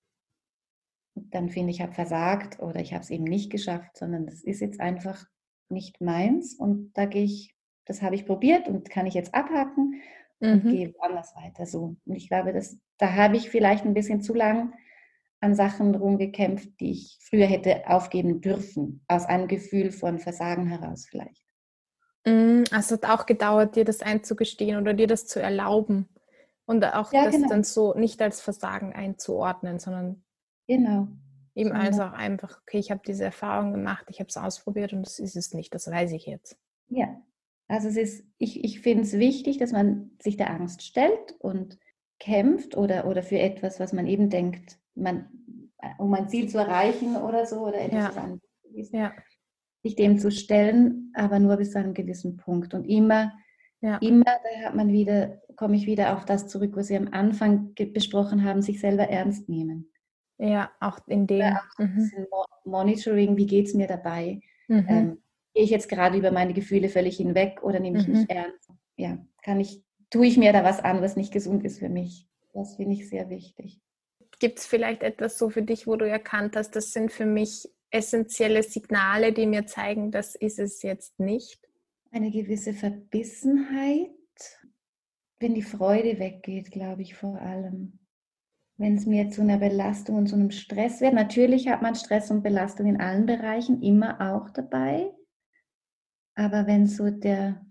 dann finde, ich habe versagt oder ich habe es eben nicht geschafft, sondern das ist jetzt einfach nicht meins und da gehe ich, das habe ich probiert und kann ich jetzt abhaken und mhm. gehe woanders weiter so. Und ich glaube, dass, da habe ich vielleicht ein bisschen zu lang an Sachen rumgekämpft, die ich früher hätte aufgeben dürfen, aus einem Gefühl von Versagen heraus vielleicht.
Also es hat auch gedauert, dir das einzugestehen oder dir das zu erlauben und auch
ja,
das
genau.
dann so nicht als Versagen einzuordnen, sondern
genau.
eben also auch einfach, okay, ich habe diese Erfahrung gemacht, ich habe es ausprobiert und das ist es nicht, das weiß ich jetzt.
Ja, also es ist, ich, ich finde es wichtig, dass man sich der Angst stellt und kämpft oder, oder für etwas, was man eben denkt, man, um ein Ziel zu erreichen oder so, oder etwas,
ja.
was einem ist,
ja.
sich dem zu stellen, aber nur bis zu einem gewissen Punkt. Und immer, ja. immer, da hat man wieder, komme ich wieder auf das zurück, was wir am Anfang ge- besprochen haben, sich selber ernst nehmen.
Ja, auch in dem.
Ja, auch ein bisschen mhm. Monitoring, wie geht es mir dabei? Mhm. Ähm, gehe ich jetzt gerade über meine Gefühle völlig hinweg oder nehme ich mhm. mich ernst? Ja, kann ich, tue ich mir da was an, was nicht gesund ist für mich? Das finde ich sehr wichtig.
Gibt es vielleicht etwas so für dich, wo du erkannt hast, das sind für mich essentielle Signale, die mir zeigen, das ist es jetzt nicht?
Eine gewisse Verbissenheit, wenn die Freude weggeht, glaube ich vor allem. Wenn es mir zu einer Belastung und zu einem Stress wird. Natürlich hat man Stress und Belastung in allen Bereichen immer auch dabei. Aber wenn so der,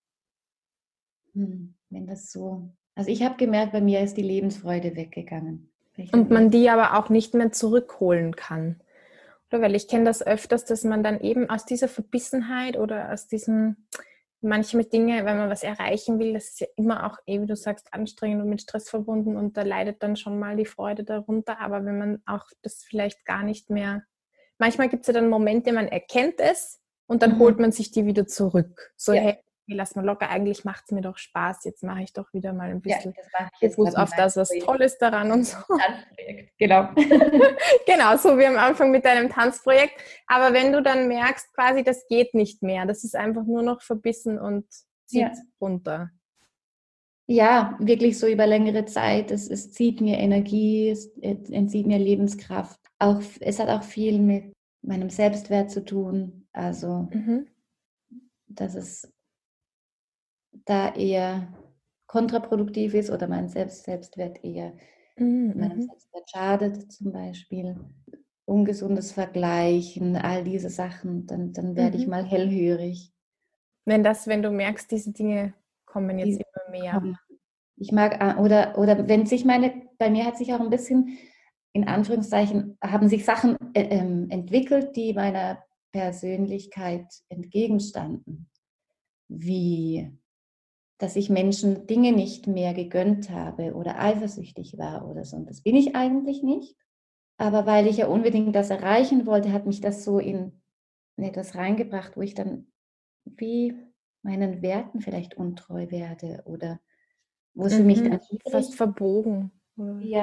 hm, wenn das so, also ich habe gemerkt, bei mir ist die Lebensfreude weggegangen.
Und man die aber auch nicht mehr zurückholen kann. Oder weil ich kenne das öfters, dass man dann eben aus dieser Verbissenheit oder aus diesem, manche Dinge, wenn man was erreichen will, das ist ja immer auch, wie du sagst, anstrengend und mit Stress verbunden und da leidet dann schon mal die Freude darunter. Aber wenn man auch das vielleicht gar nicht mehr, manchmal gibt es ja dann Momente, man erkennt es und dann mhm. holt man sich die wieder zurück. So, ja. hey, lass mal locker, eigentlich macht es mir doch Spaß, jetzt mache ich doch wieder mal ein bisschen
ja,
Fokus auf das, was Projekt. Toll ist daran und so.
Tanzprojekt, genau.
Genau, so wie am Anfang mit deinem Tanzprojekt. Aber wenn du dann merkst, quasi, das geht nicht mehr, das ist einfach nur noch verbissen und zieht ja. runter.
Ja, wirklich so über längere Zeit. Es, es zieht mir Energie, es entzieht mir Lebenskraft. Auch, es hat auch viel mit meinem Selbstwert zu tun. Also, mhm. dass es da eher kontraproduktiv ist oder mein Selbst, Selbstwert eher mhm. meinem Selbstwert schadet zum Beispiel. Ungesundes Vergleichen, all diese Sachen, dann, dann werde mhm. ich mal hellhörig.
Wenn das, wenn du merkst, diese Dinge kommen jetzt
Die
immer mehr.
Kommen. Ich mag, oder, oder wenn sich meine, bei mir hat sich auch ein bisschen, in Anführungszeichen, haben sich Sachen äh, entwickelt, die meiner Persönlichkeit entgegenstanden. Wie, dass ich Menschen Dinge nicht mehr gegönnt habe oder eifersüchtig war oder so. Und das bin ich eigentlich nicht. Aber weil ich ja unbedingt das erreichen wollte, hat mich das so in, in etwas reingebracht, wo ich dann wie meinen Werten vielleicht untreu werde oder wo es für mhm, mich dann
fast verbogen.
Ja,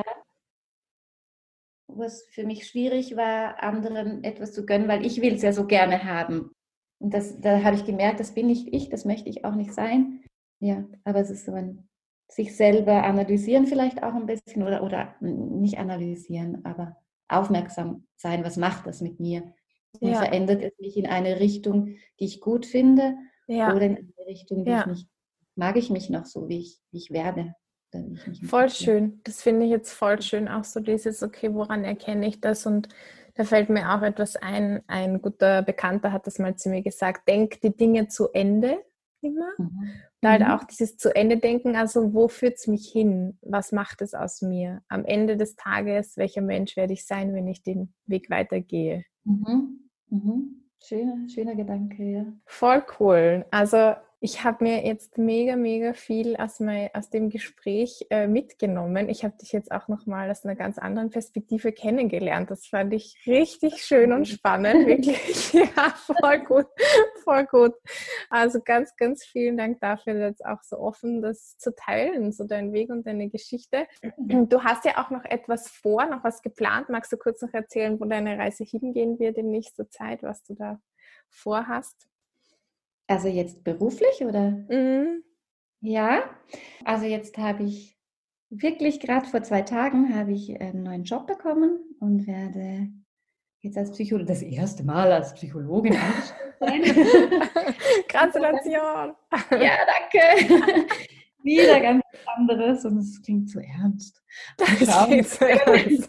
wo es für mich schwierig war, anderen etwas zu gönnen, weil ich will es ja so gerne haben. Und das, da habe ich gemerkt, das bin nicht ich, das möchte ich auch nicht sein. ja, aber es ist so ein sich selber analysieren vielleicht auch ein bisschen oder, oder nicht analysieren, aber aufmerksam sein, was macht das mit mir? Und
Ja,
verändert es mich in eine Richtung, die ich gut finde
ja,
oder in eine Richtung, die ich
ja.
nicht, mag ich mich noch so, wie ich, wie ich werde, oder wie ich mich
Voll
entwickle.
schön. Das finde ich jetzt voll schön. Auch so dieses, okay, woran erkenne ich das? Und da fällt mir auch etwas ein. Ein guter Bekannter hat das mal zu mir gesagt, denk die Dinge zu Ende immer.
Mhm.
Und halt auch
Mhm.
dieses zu Ende denken, also wo führt es mich hin? Was macht es aus mir? Am Ende des Tages, welcher Mensch werde ich sein, wenn ich den Weg weitergehe?
Mhm. Mhm. Schöner, schöner Gedanke, ja.
Voll cool. Also ich habe mir jetzt mega, mega viel aus, mein, aus dem Gespräch äh, mitgenommen. Ich habe dich jetzt auch nochmal aus einer ganz anderen Perspektive kennengelernt. Das fand ich richtig schön und spannend, wirklich. Ja, voll gut, voll gut. Also ganz, ganz vielen Dank dafür, jetzt auch so offen das zu teilen, so deinen Weg und deine Geschichte. Du hast ja auch noch etwas vor, noch was geplant. Magst du kurz noch erzählen, wo deine Reise hingehen wird in nächster Zeit, was du da vorhast?
Also jetzt beruflich oder?
Mhm.
Ja, also jetzt habe ich wirklich gerade vor zwei Tagen habe ich einen neuen Job bekommen und werde jetzt als Psychologin, das erste Mal als Psychologin angestellt sein.
Gratulation!
Ja, danke. Wieder ganz anderes und es klingt so ernst. Mal
Das
schauen.
geht so ernst.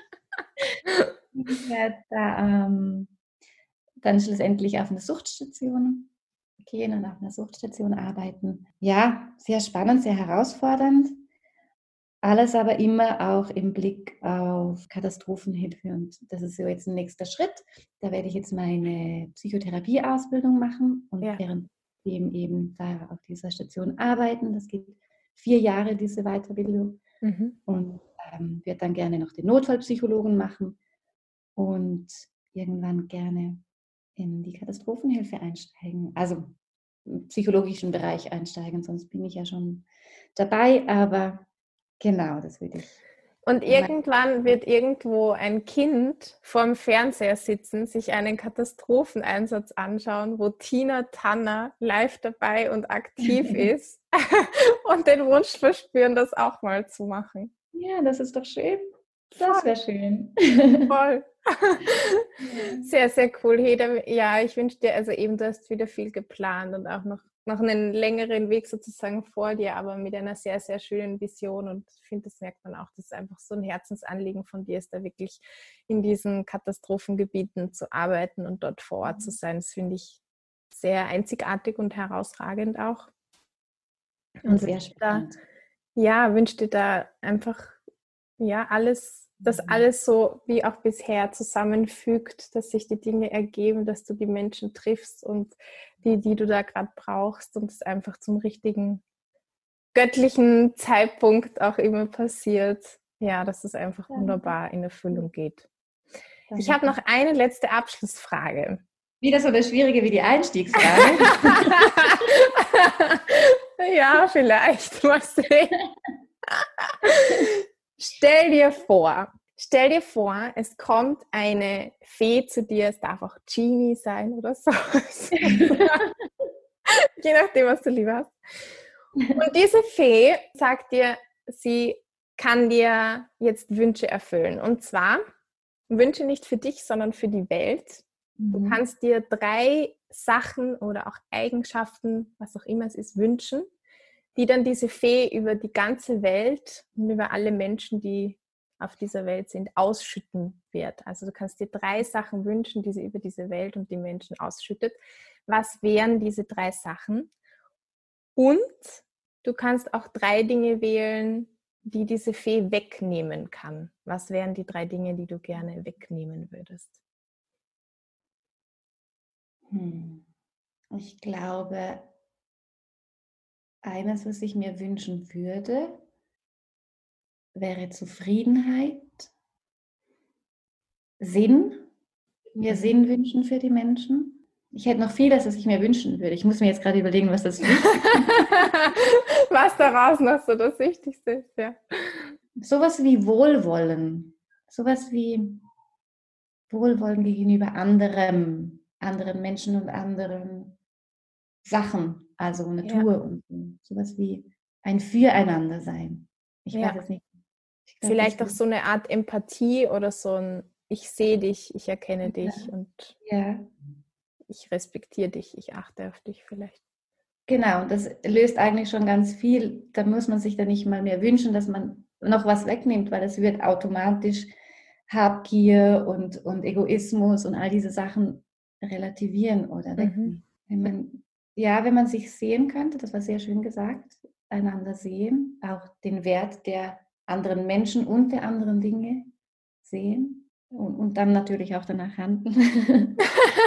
Ich werde da ähm, dann schlussendlich auf eine Suchtstation gehen und auf einer Suchtstation arbeiten. Ja, sehr spannend, sehr herausfordernd. Alles aber immer auch im Blick auf Katastrophenhilfe. Und das ist so jetzt ein nächster Schritt. Da werde ich jetzt meine Psychotherapieausbildung machen und
Ja.
währenddem eben da auf dieser Station arbeiten. Das geht vier Jahre, diese Weiterbildung.
Mhm.
Und ähm, werde dann gerne noch den Notfallpsychologen machen und irgendwann gerne in die Katastrophenhilfe einsteigen. Also im psychologischen Bereich einsteigen, sonst bin ich ja schon dabei, aber genau, das würde ich.
Und irgendwann wird irgendwo ein Kind vorm Fernseher sitzen, sich einen Katastropheneinsatz anschauen, wo Tina Tanner live dabei und aktiv ist und den Wunsch verspüren, das auch mal zu machen.
Ja, das ist doch schön. Das wäre schön.
Voll. Sehr, sehr cool. Heda, ja, ich wünsche dir, also eben, du hast wieder viel geplant und auch noch, noch einen längeren Weg sozusagen vor dir, aber mit einer sehr, sehr schönen Vision. Und ich finde, das merkt man auch, dass es einfach so ein Herzensanliegen von dir ist, da wirklich in diesen Katastrophengebieten zu arbeiten und dort vor Ort zu sein. Das finde ich sehr einzigartig und herausragend auch. Und
Sehr spannend.
da, ja, wünsche dir da einfach ja, alles, dass alles so wie auch bisher zusammenfügt, dass sich die Dinge ergeben, dass du die Menschen triffst und die, die du da gerade brauchst und es einfach zum richtigen göttlichen Zeitpunkt auch immer passiert. Ja, dass es einfach wunderbar in Erfüllung geht.
Danke.
Ich habe noch eine letzte Abschlussfrage.
Wieder so eine schwierige wie die Einstiegsfrage.
Ja, vielleicht. Mal sehen. Stell dir vor, stell dir vor, es kommt eine Fee zu dir, es darf auch Genie sein oder so. Je nachdem, was du lieber hast. Und diese Fee sagt dir, sie kann dir jetzt Wünsche erfüllen. Und zwar Wünsche nicht für dich, sondern für die Welt. Du
Mhm.
kannst dir drei Sachen oder auch Eigenschaften, was auch immer es ist, wünschen, die dann diese Fee über die ganze Welt und über alle Menschen, die auf dieser Welt sind, ausschütten wird. Also du kannst dir drei Sachen wünschen, die sie über diese Welt und die Menschen ausschüttet. Was wären diese drei Sachen? Und du kannst auch drei Dinge wählen, die diese Fee wegnehmen kann. Was wären die drei Dinge, die du gerne wegnehmen würdest?
Hm. Ich glaube, eines, was ich mir wünschen würde, wäre Zufriedenheit, Sinn, mir
Mhm.
Sinn wünschen für die Menschen. Ich hätte noch vieles, was ich mir wünschen würde. Ich muss mir jetzt gerade überlegen, was das Wichtigste ist.
Was daraus noch so das Wichtigste ist, ja.
Sowas wie Wohlwollen. Sowas wie Wohlwollen gegenüber anderem, anderen Menschen und anderen Sachen. also
Ja,
Natur und und sowas wie ein Füreinander sein. Ich weiß
ja.
es nicht. Ich glaube, das
Vielleicht auch
will
so eine Art Empathie oder so ein Ich sehe dich, ich erkenne dich
ja,
und
ja,
ich respektiere dich, ich achte auf dich vielleicht.
genau. Und das löst eigentlich schon ganz viel. Da muss man sich dann nicht mal mehr wünschen, dass man noch was wegnimmt, weil es wird automatisch Habgier und, und Egoismus und all diese Sachen relativieren oder
Mhm.
wegnehmen. Wenn man, ja, wenn man sich sehen könnte, das war sehr schön gesagt, einander sehen, auch den Wert der anderen Menschen und der anderen Dinge sehen und, und dann natürlich auch danach handeln.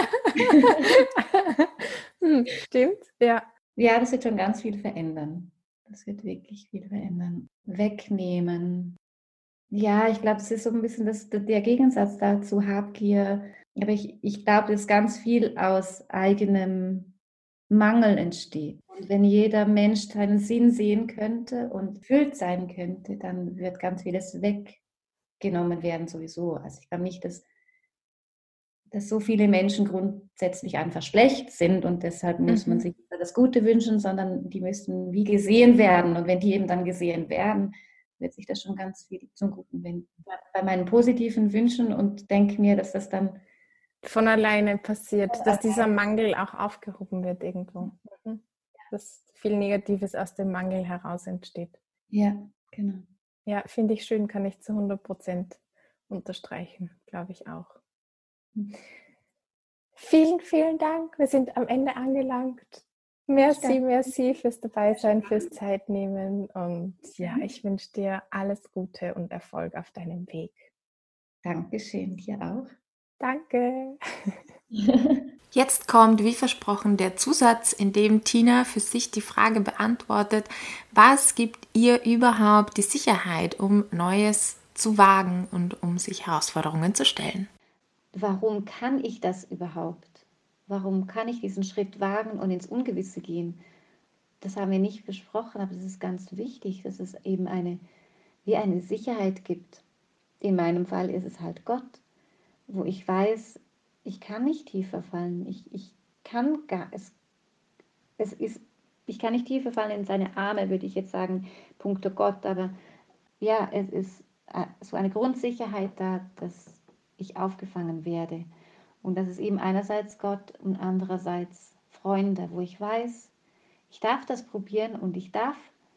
Hm, stimmt, ja.
Ja, das wird schon ganz viel verändern. Das wird wirklich viel verändern. Wegnehmen. Ja, ich glaube, es ist so ein bisschen das, der Gegensatz dazu, Habgier. Aber ich, ich glaube, dass ganz viel aus eigenem Mangel entsteht. Und wenn jeder Mensch seinen Sinn sehen könnte und erfüllt sein könnte, dann wird ganz vieles weggenommen werden sowieso. Also ich glaube nicht, dass dass so viele Menschen grundsätzlich einfach schlecht sind und deshalb muss man
Mhm.
sich das Gute wünschen, sondern die müssen wie gesehen werden. Und wenn die eben dann gesehen werden, wird sich das schon ganz viel zum Guten wenden. Bei meinen positiven Wünschen und denke mir, dass das dann
Von alleine passiert, dass dieser Mangel auch aufgehoben wird irgendwo. Mhm. Dass viel Negatives aus dem Mangel heraus entsteht.
ja, genau.
Ja, finde ich schön, kann ich zu hundert Prozent unterstreichen, glaube ich auch. Vielen, vielen Dank. Wir sind am Ende angelangt. Merci, merci fürs Dabeisein, fürs Zeitnehmen. Und ja, ich wünsche dir alles Gute und Erfolg auf deinem Weg.
Dankeschön, dir auch.
Danke.
Jetzt kommt, wie versprochen, der Zusatz, in dem Tina für sich die Frage beantwortet, was gibt ihr überhaupt die Sicherheit, um Neues zu wagen und um sich Herausforderungen zu stellen?
Warum kann ich das überhaupt? Warum kann ich diesen Schritt wagen und ins Ungewisse gehen? Das haben wir nicht besprochen, aber das ist ganz wichtig, dass es eben eine, wie eine Sicherheit gibt. In meinem Fall ist es halt Gott, wo ich weiß, ich kann nicht tiefer fallen. Ich, ich kann gar, es, es ist, ich kann nicht tiefer fallen in seine Arme, würde ich jetzt sagen, punkto Gott, aber ja, es ist so eine Grundsicherheit da, dass ich aufgefangen werde. Und das ist eben einerseits Gott und andererseits Freunde, wo ich weiß, ich darf das probieren und ich darf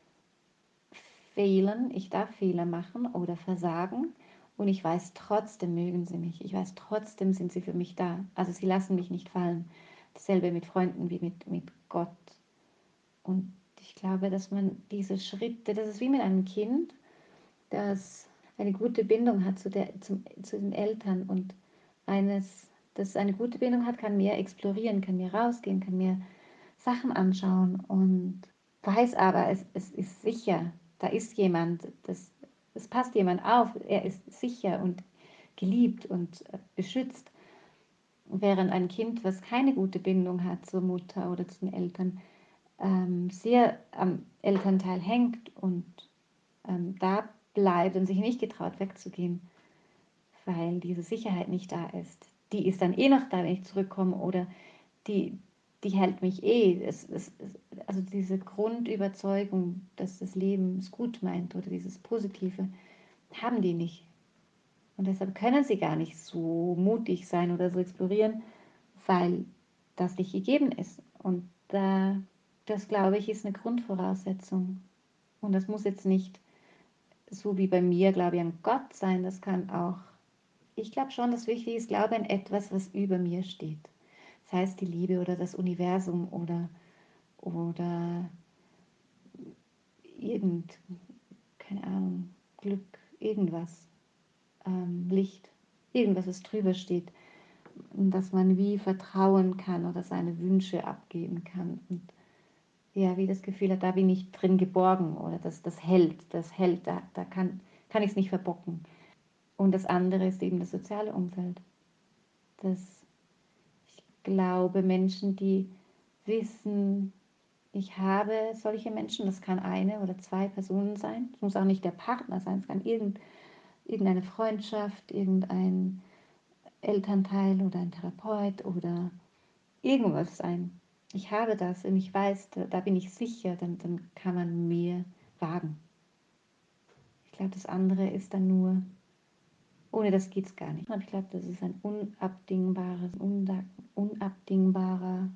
fehlen, ich darf Fehler machen oder versagen und ich weiß, trotzdem mögen sie mich. Ich weiß, trotzdem sind sie für mich da. Also sie lassen mich nicht fallen. Dasselbe mit Freunden wie mit, mit Gott. Und ich glaube, dass man diese Schritte, das ist wie mit einem Kind, das eine gute Bindung hat zu, der, zum, zu den Eltern und eines, das eine gute Bindung hat, kann mehr explorieren, kann mehr rausgehen, kann mehr Sachen anschauen und weiß aber, es, es ist sicher, da ist jemand, das, es passt jemand auf, er ist sicher und geliebt und beschützt. Während ein Kind, was keine gute Bindung hat zur Mutter oder zu den Eltern, ähm, sehr am Elternteil hängt und ähm, da bleibt und sich nicht getraut wegzugehen, weil diese Sicherheit nicht da ist. Die ist dann eh noch da, wenn ich zurückkomme oder die, die hält mich eh. Es, es, also diese Grundüberzeugung, dass das Leben es gut meint oder dieses Positive, haben die nicht. Und deshalb können sie gar nicht so mutig sein oder so explorieren, weil das nicht gegeben ist. Und da, das, glaube ich, ist eine Grundvoraussetzung. Und das muss jetzt nicht so wie bei mir, glaube ich, an Gott sein. Das kann auch, ich glaube schon, das Wichtige ist, glaube an etwas, was über mir steht. Das heißt die Liebe oder das Universum oder, oder irgend, keine Ahnung, Glück, irgendwas, ähm, Licht, irgendwas, was drüber steht, dass man wie vertrauen kann oder seine Wünsche abgeben kann und ja, wie das Gefühl hat, da bin ich drin geborgen oder das, das hält, das hält, da, da kann, kann ich es nicht verbocken. Und das andere ist eben das soziale Umfeld. Das, ich glaube, Menschen, die wissen, ich habe solche Menschen, das kann eine oder zwei Personen sein, es muss auch nicht der Partner sein, es kann irgend, irgendeine Freundschaft, irgendein Elternteil oder ein Therapeut oder irgendwas sein. ich habe das und ich weiß, da, da bin ich sicher, dann, dann kann man mehr wagen. Ich glaube, das andere ist dann nur, ohne das geht es gar nicht. Aber ich glaube, das ist ein unabdingbares, unabdingbarer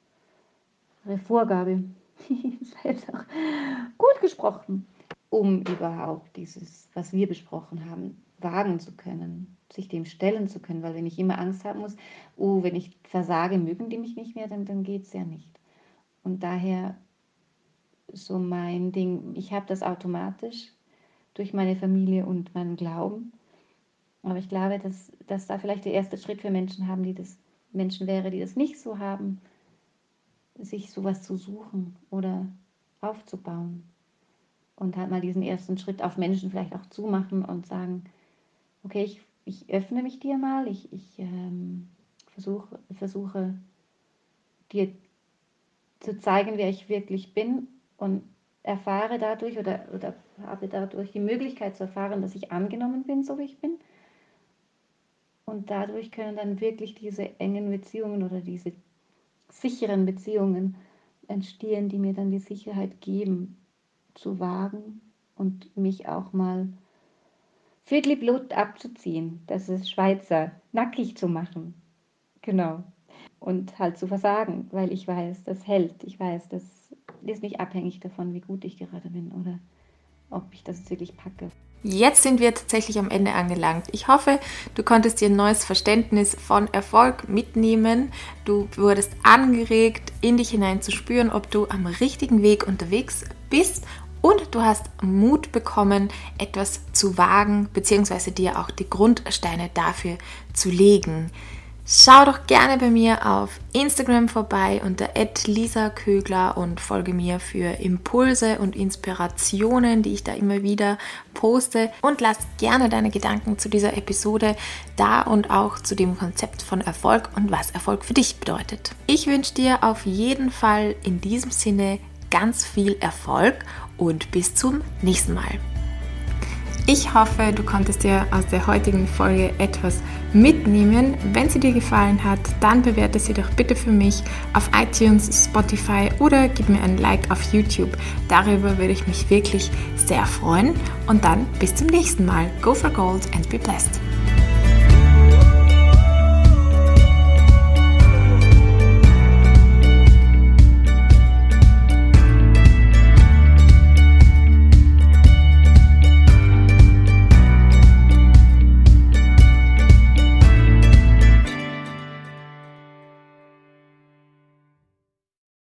Vorgabe. Das war jetzt auch gut gesprochen, um überhaupt dieses, was wir besprochen haben, wagen zu können, sich dem stellen zu können, weil wenn ich immer Angst haben muss, oh, wenn ich versage, mögen die mich nicht mehr, dann, dann geht es ja nicht. Und daher so mein Ding, ich habe das automatisch durch meine Familie und meinen Glauben, aber ich glaube, dass, dass da vielleicht der erste Schritt für Menschen haben, die das, Menschen wäre, die das nicht so haben, sich sowas zu suchen oder aufzubauen und halt mal diesen ersten Schritt auf Menschen vielleicht auch zumachen und sagen, okay, ich, ich öffne mich dir mal, ich, ich ähm, versuche, versuche dir zu zeigen, wer ich wirklich bin und erfahre dadurch oder, oder habe dadurch die Möglichkeit zu erfahren, dass ich angenommen bin, so wie ich bin. Und dadurch können dann wirklich diese engen Beziehungen oder diese sicheren Beziehungen entstehen, die mir dann die Sicherheit geben, zu wagen und mich auch mal für die Blut abzuziehen, das ist Schweizer, nackig zu machen. Genau. Und halt zu versagen, weil ich weiß, das hält. Ich weiß, das ist nicht abhängig davon, wie gut ich gerade bin oder ob ich das jetzt wirklich packe.
Jetzt sind wir tatsächlich am Ende angelangt. Ich hoffe, du konntest dir ein neues Verständnis von Erfolg mitnehmen. Du wurdest angeregt, in dich hinein zu spüren, ob du am richtigen Weg unterwegs bist. Und du hast Mut bekommen, etwas zu wagen, beziehungsweise dir auch die Grundsteine dafür zu legen. Schau doch gerne bei mir auf Instagram vorbei unter at lisa kögler und folge mir für Impulse und Inspirationen, die ich da immer wieder poste. Und lass gerne deine Gedanken zu dieser Episode da und auch zu dem Konzept von Erfolg und was Erfolg für dich bedeutet. Ich wünsche dir auf jeden Fall in diesem Sinne ganz viel Erfolg und bis zum nächsten Mal. Ich hoffe, du konntest dir aus der heutigen Folge etwas mitnehmen. Wenn sie dir gefallen hat, dann bewerte sie doch bitte für mich auf iTunes, Spotify oder gib mir ein Like auf YouTube. Darüber würde ich mich wirklich sehr freuen. Und dann bis zum nächsten Mal. Go for gold and be blessed.